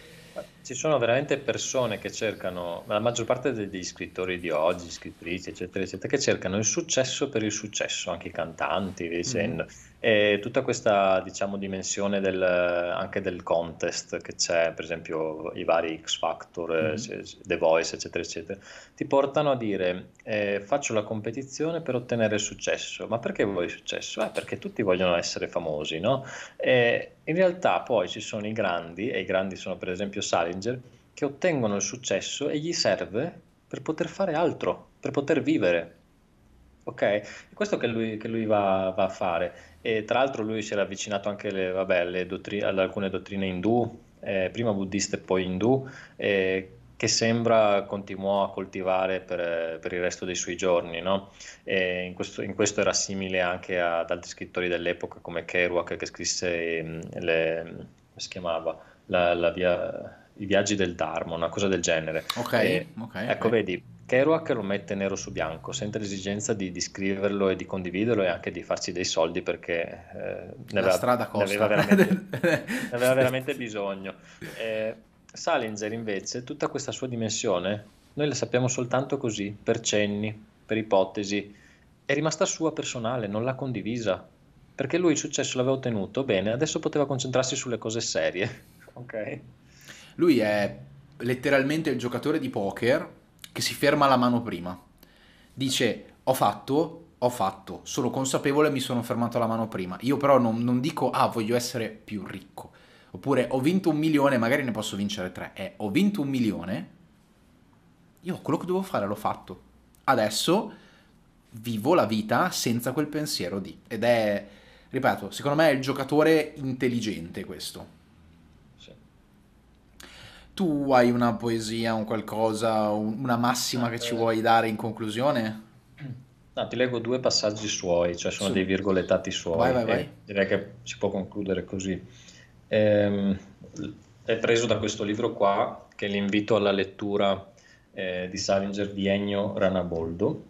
Ci sono veramente persone che cercano, la maggior parte degli scrittori di oggi, scrittrici, eccetera, eccetera, che cercano il successo per il successo, anche i cantanti, via Mhm. dicendo. E tutta questa, diciamo, dimensione anche del contest che c'è, per esempio i vari X Factor, Mhm. The Voice, eccetera, eccetera, ti portano a dire faccio la competizione per ottenere il successo. Ma perché vuoi il successo? Perché tutti vogliono essere famosi, no? In realtà poi ci sono i grandi, e i grandi sono per esempio Salinger, che ottengono il successo e gli serve per poter fare altro, per poter vivere. Ok? È questo che lui va a fare. E tra l'altro lui si era avvicinato anche vabbè, ad alcune dottrine indù, prima buddiste e poi indù, che sembra continuò a coltivare per il resto dei suoi giorni, no? E in questo era simile anche ad altri scrittori dell'epoca come Kerouac che scrisse come si chiamava? I viaggi del Dharma, una cosa del genere. Ok, ok, Ecco, ok. vedi, Kerouac lo mette nero su bianco, sente l'esigenza di scriverlo e di condividerlo e anche di farci dei soldi perché ne La aveva, strada ne aveva costa. veramente, ne aveva veramente bisogno. Eh, Salinger invece, tutta questa sua dimensione, noi la sappiamo soltanto così, per cenni, per ipotesi, è rimasta sua personale, non l'ha condivisa, perché lui il successo l'aveva ottenuto, bene, adesso poteva concentrarsi sulle cose serie, ok? Lui è letteralmente il giocatore di poker che si ferma alla mano prima. Dice, ho fatto, sono consapevole, mi sono fermato alla mano prima. Io però non dico, ah, voglio essere più ricco. Oppure ho vinto 1 milione, magari ne posso vincere 3. Ho vinto 1 milione, io quello che dovevo fare l'ho fatto. Adesso vivo la vita senza quel pensiero di. Ed è, ripeto, secondo me è il giocatore intelligente questo. Sì. Tu hai una poesia, un qualcosa, una massima Ah, che ci vuoi dare in conclusione? no, ti leggo due passaggi suoi, cioè sono dei Su, virgolettati vai, suoi vai, vai. e direi che si può concludere così. Ehm, è preso da questo libro qua, che è l'invito alla lettura di Salinger di Ennio Ranaboldo.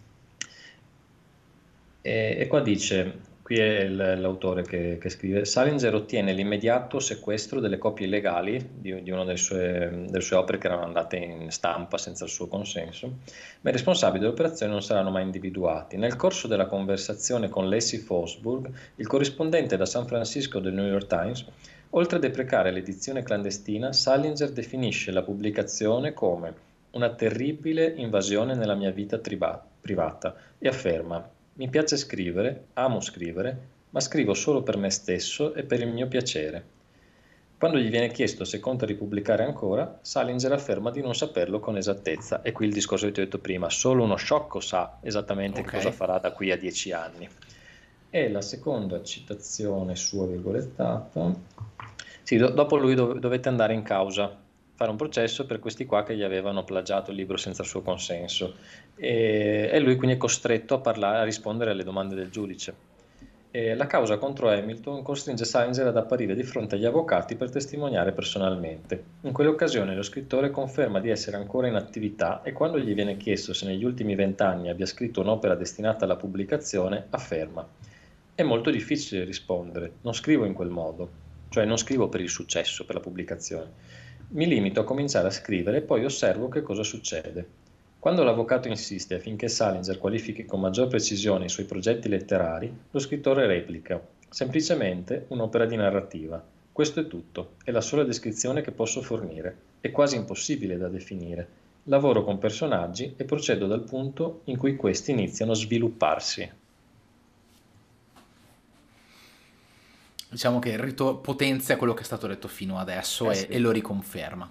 E qua dice, qui è l'autore che scrive, Salinger ottiene l'immediato sequestro delle copie illegali di una delle sue opere che erano andate in stampa senza il suo consenso, ma i responsabili dell'operazione non saranno mai individuati. Nel corso della conversazione con Lacey Fosburgh, il corrispondente da San Francisco del New York Times, oltre a deprecare l'edizione clandestina, Salinger definisce la pubblicazione come una terribile invasione nella mia vita privata e afferma: mi piace scrivere, amo scrivere, ma scrivo solo per me stesso e per il mio piacere. Quando gli viene chiesto se conta ripubblicare ancora, Salinger afferma di non saperlo con esattezza. E qui il discorso che ti ho detto prima, solo uno sciocco sa esattamente che Ok. cosa farà da qui a 10 anni. E la seconda citazione sua virgolettata. Sì, dopo lui dovette andare in causa, fare un processo per questi qua che gli avevano plagiato il libro senza il suo consenso. E lui quindi è costretto a parlare, a rispondere alle domande del giudice. E la causa contro Hamilton costringe Salinger ad apparire di fronte agli avvocati per testimoniare personalmente. In quell'occasione lo scrittore conferma di essere ancora in attività e quando gli viene chiesto se negli ultimi 20 anni abbia scritto un'opera destinata alla pubblicazione, afferma: è molto difficile rispondere, non scrivo in quel modo, cioè non scrivo per il successo, per la pubblicazione. Mi limito a cominciare a scrivere e poi osservo che cosa succede. Quando l'avvocato insiste affinché Salinger qualifichi con maggior precisione i suoi progetti letterari, lo scrittore replica: semplicemente un'opera di narrativa. Questo è tutto, è la sola descrizione che posso fornire. È quasi impossibile da definire. Lavoro con personaggi e procedo dal punto in cui questi iniziano a svilupparsi. Diciamo che potenzia quello che è stato detto fino adesso Eh e sì. lo riconferma.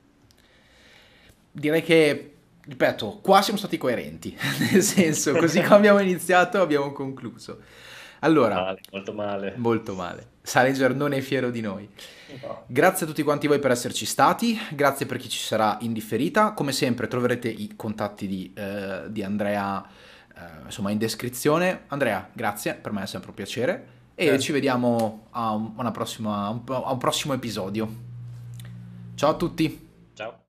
Direi che, ripeto, qua siamo stati coerenti, nel senso, così come abbiamo iniziato abbiamo concluso. Allora, Male, molto male. molto male. Salinger non è fiero di noi. No. Grazie a tutti quanti voi per esserci stati, grazie per chi ci sarà in differita. Come sempre troverete i contatti di Andrea insomma in descrizione. Andrea, grazie, per me è sempre un piacere e ci Grazie. vediamo a un prossimo episodio. Ciao a tutti! Ciao.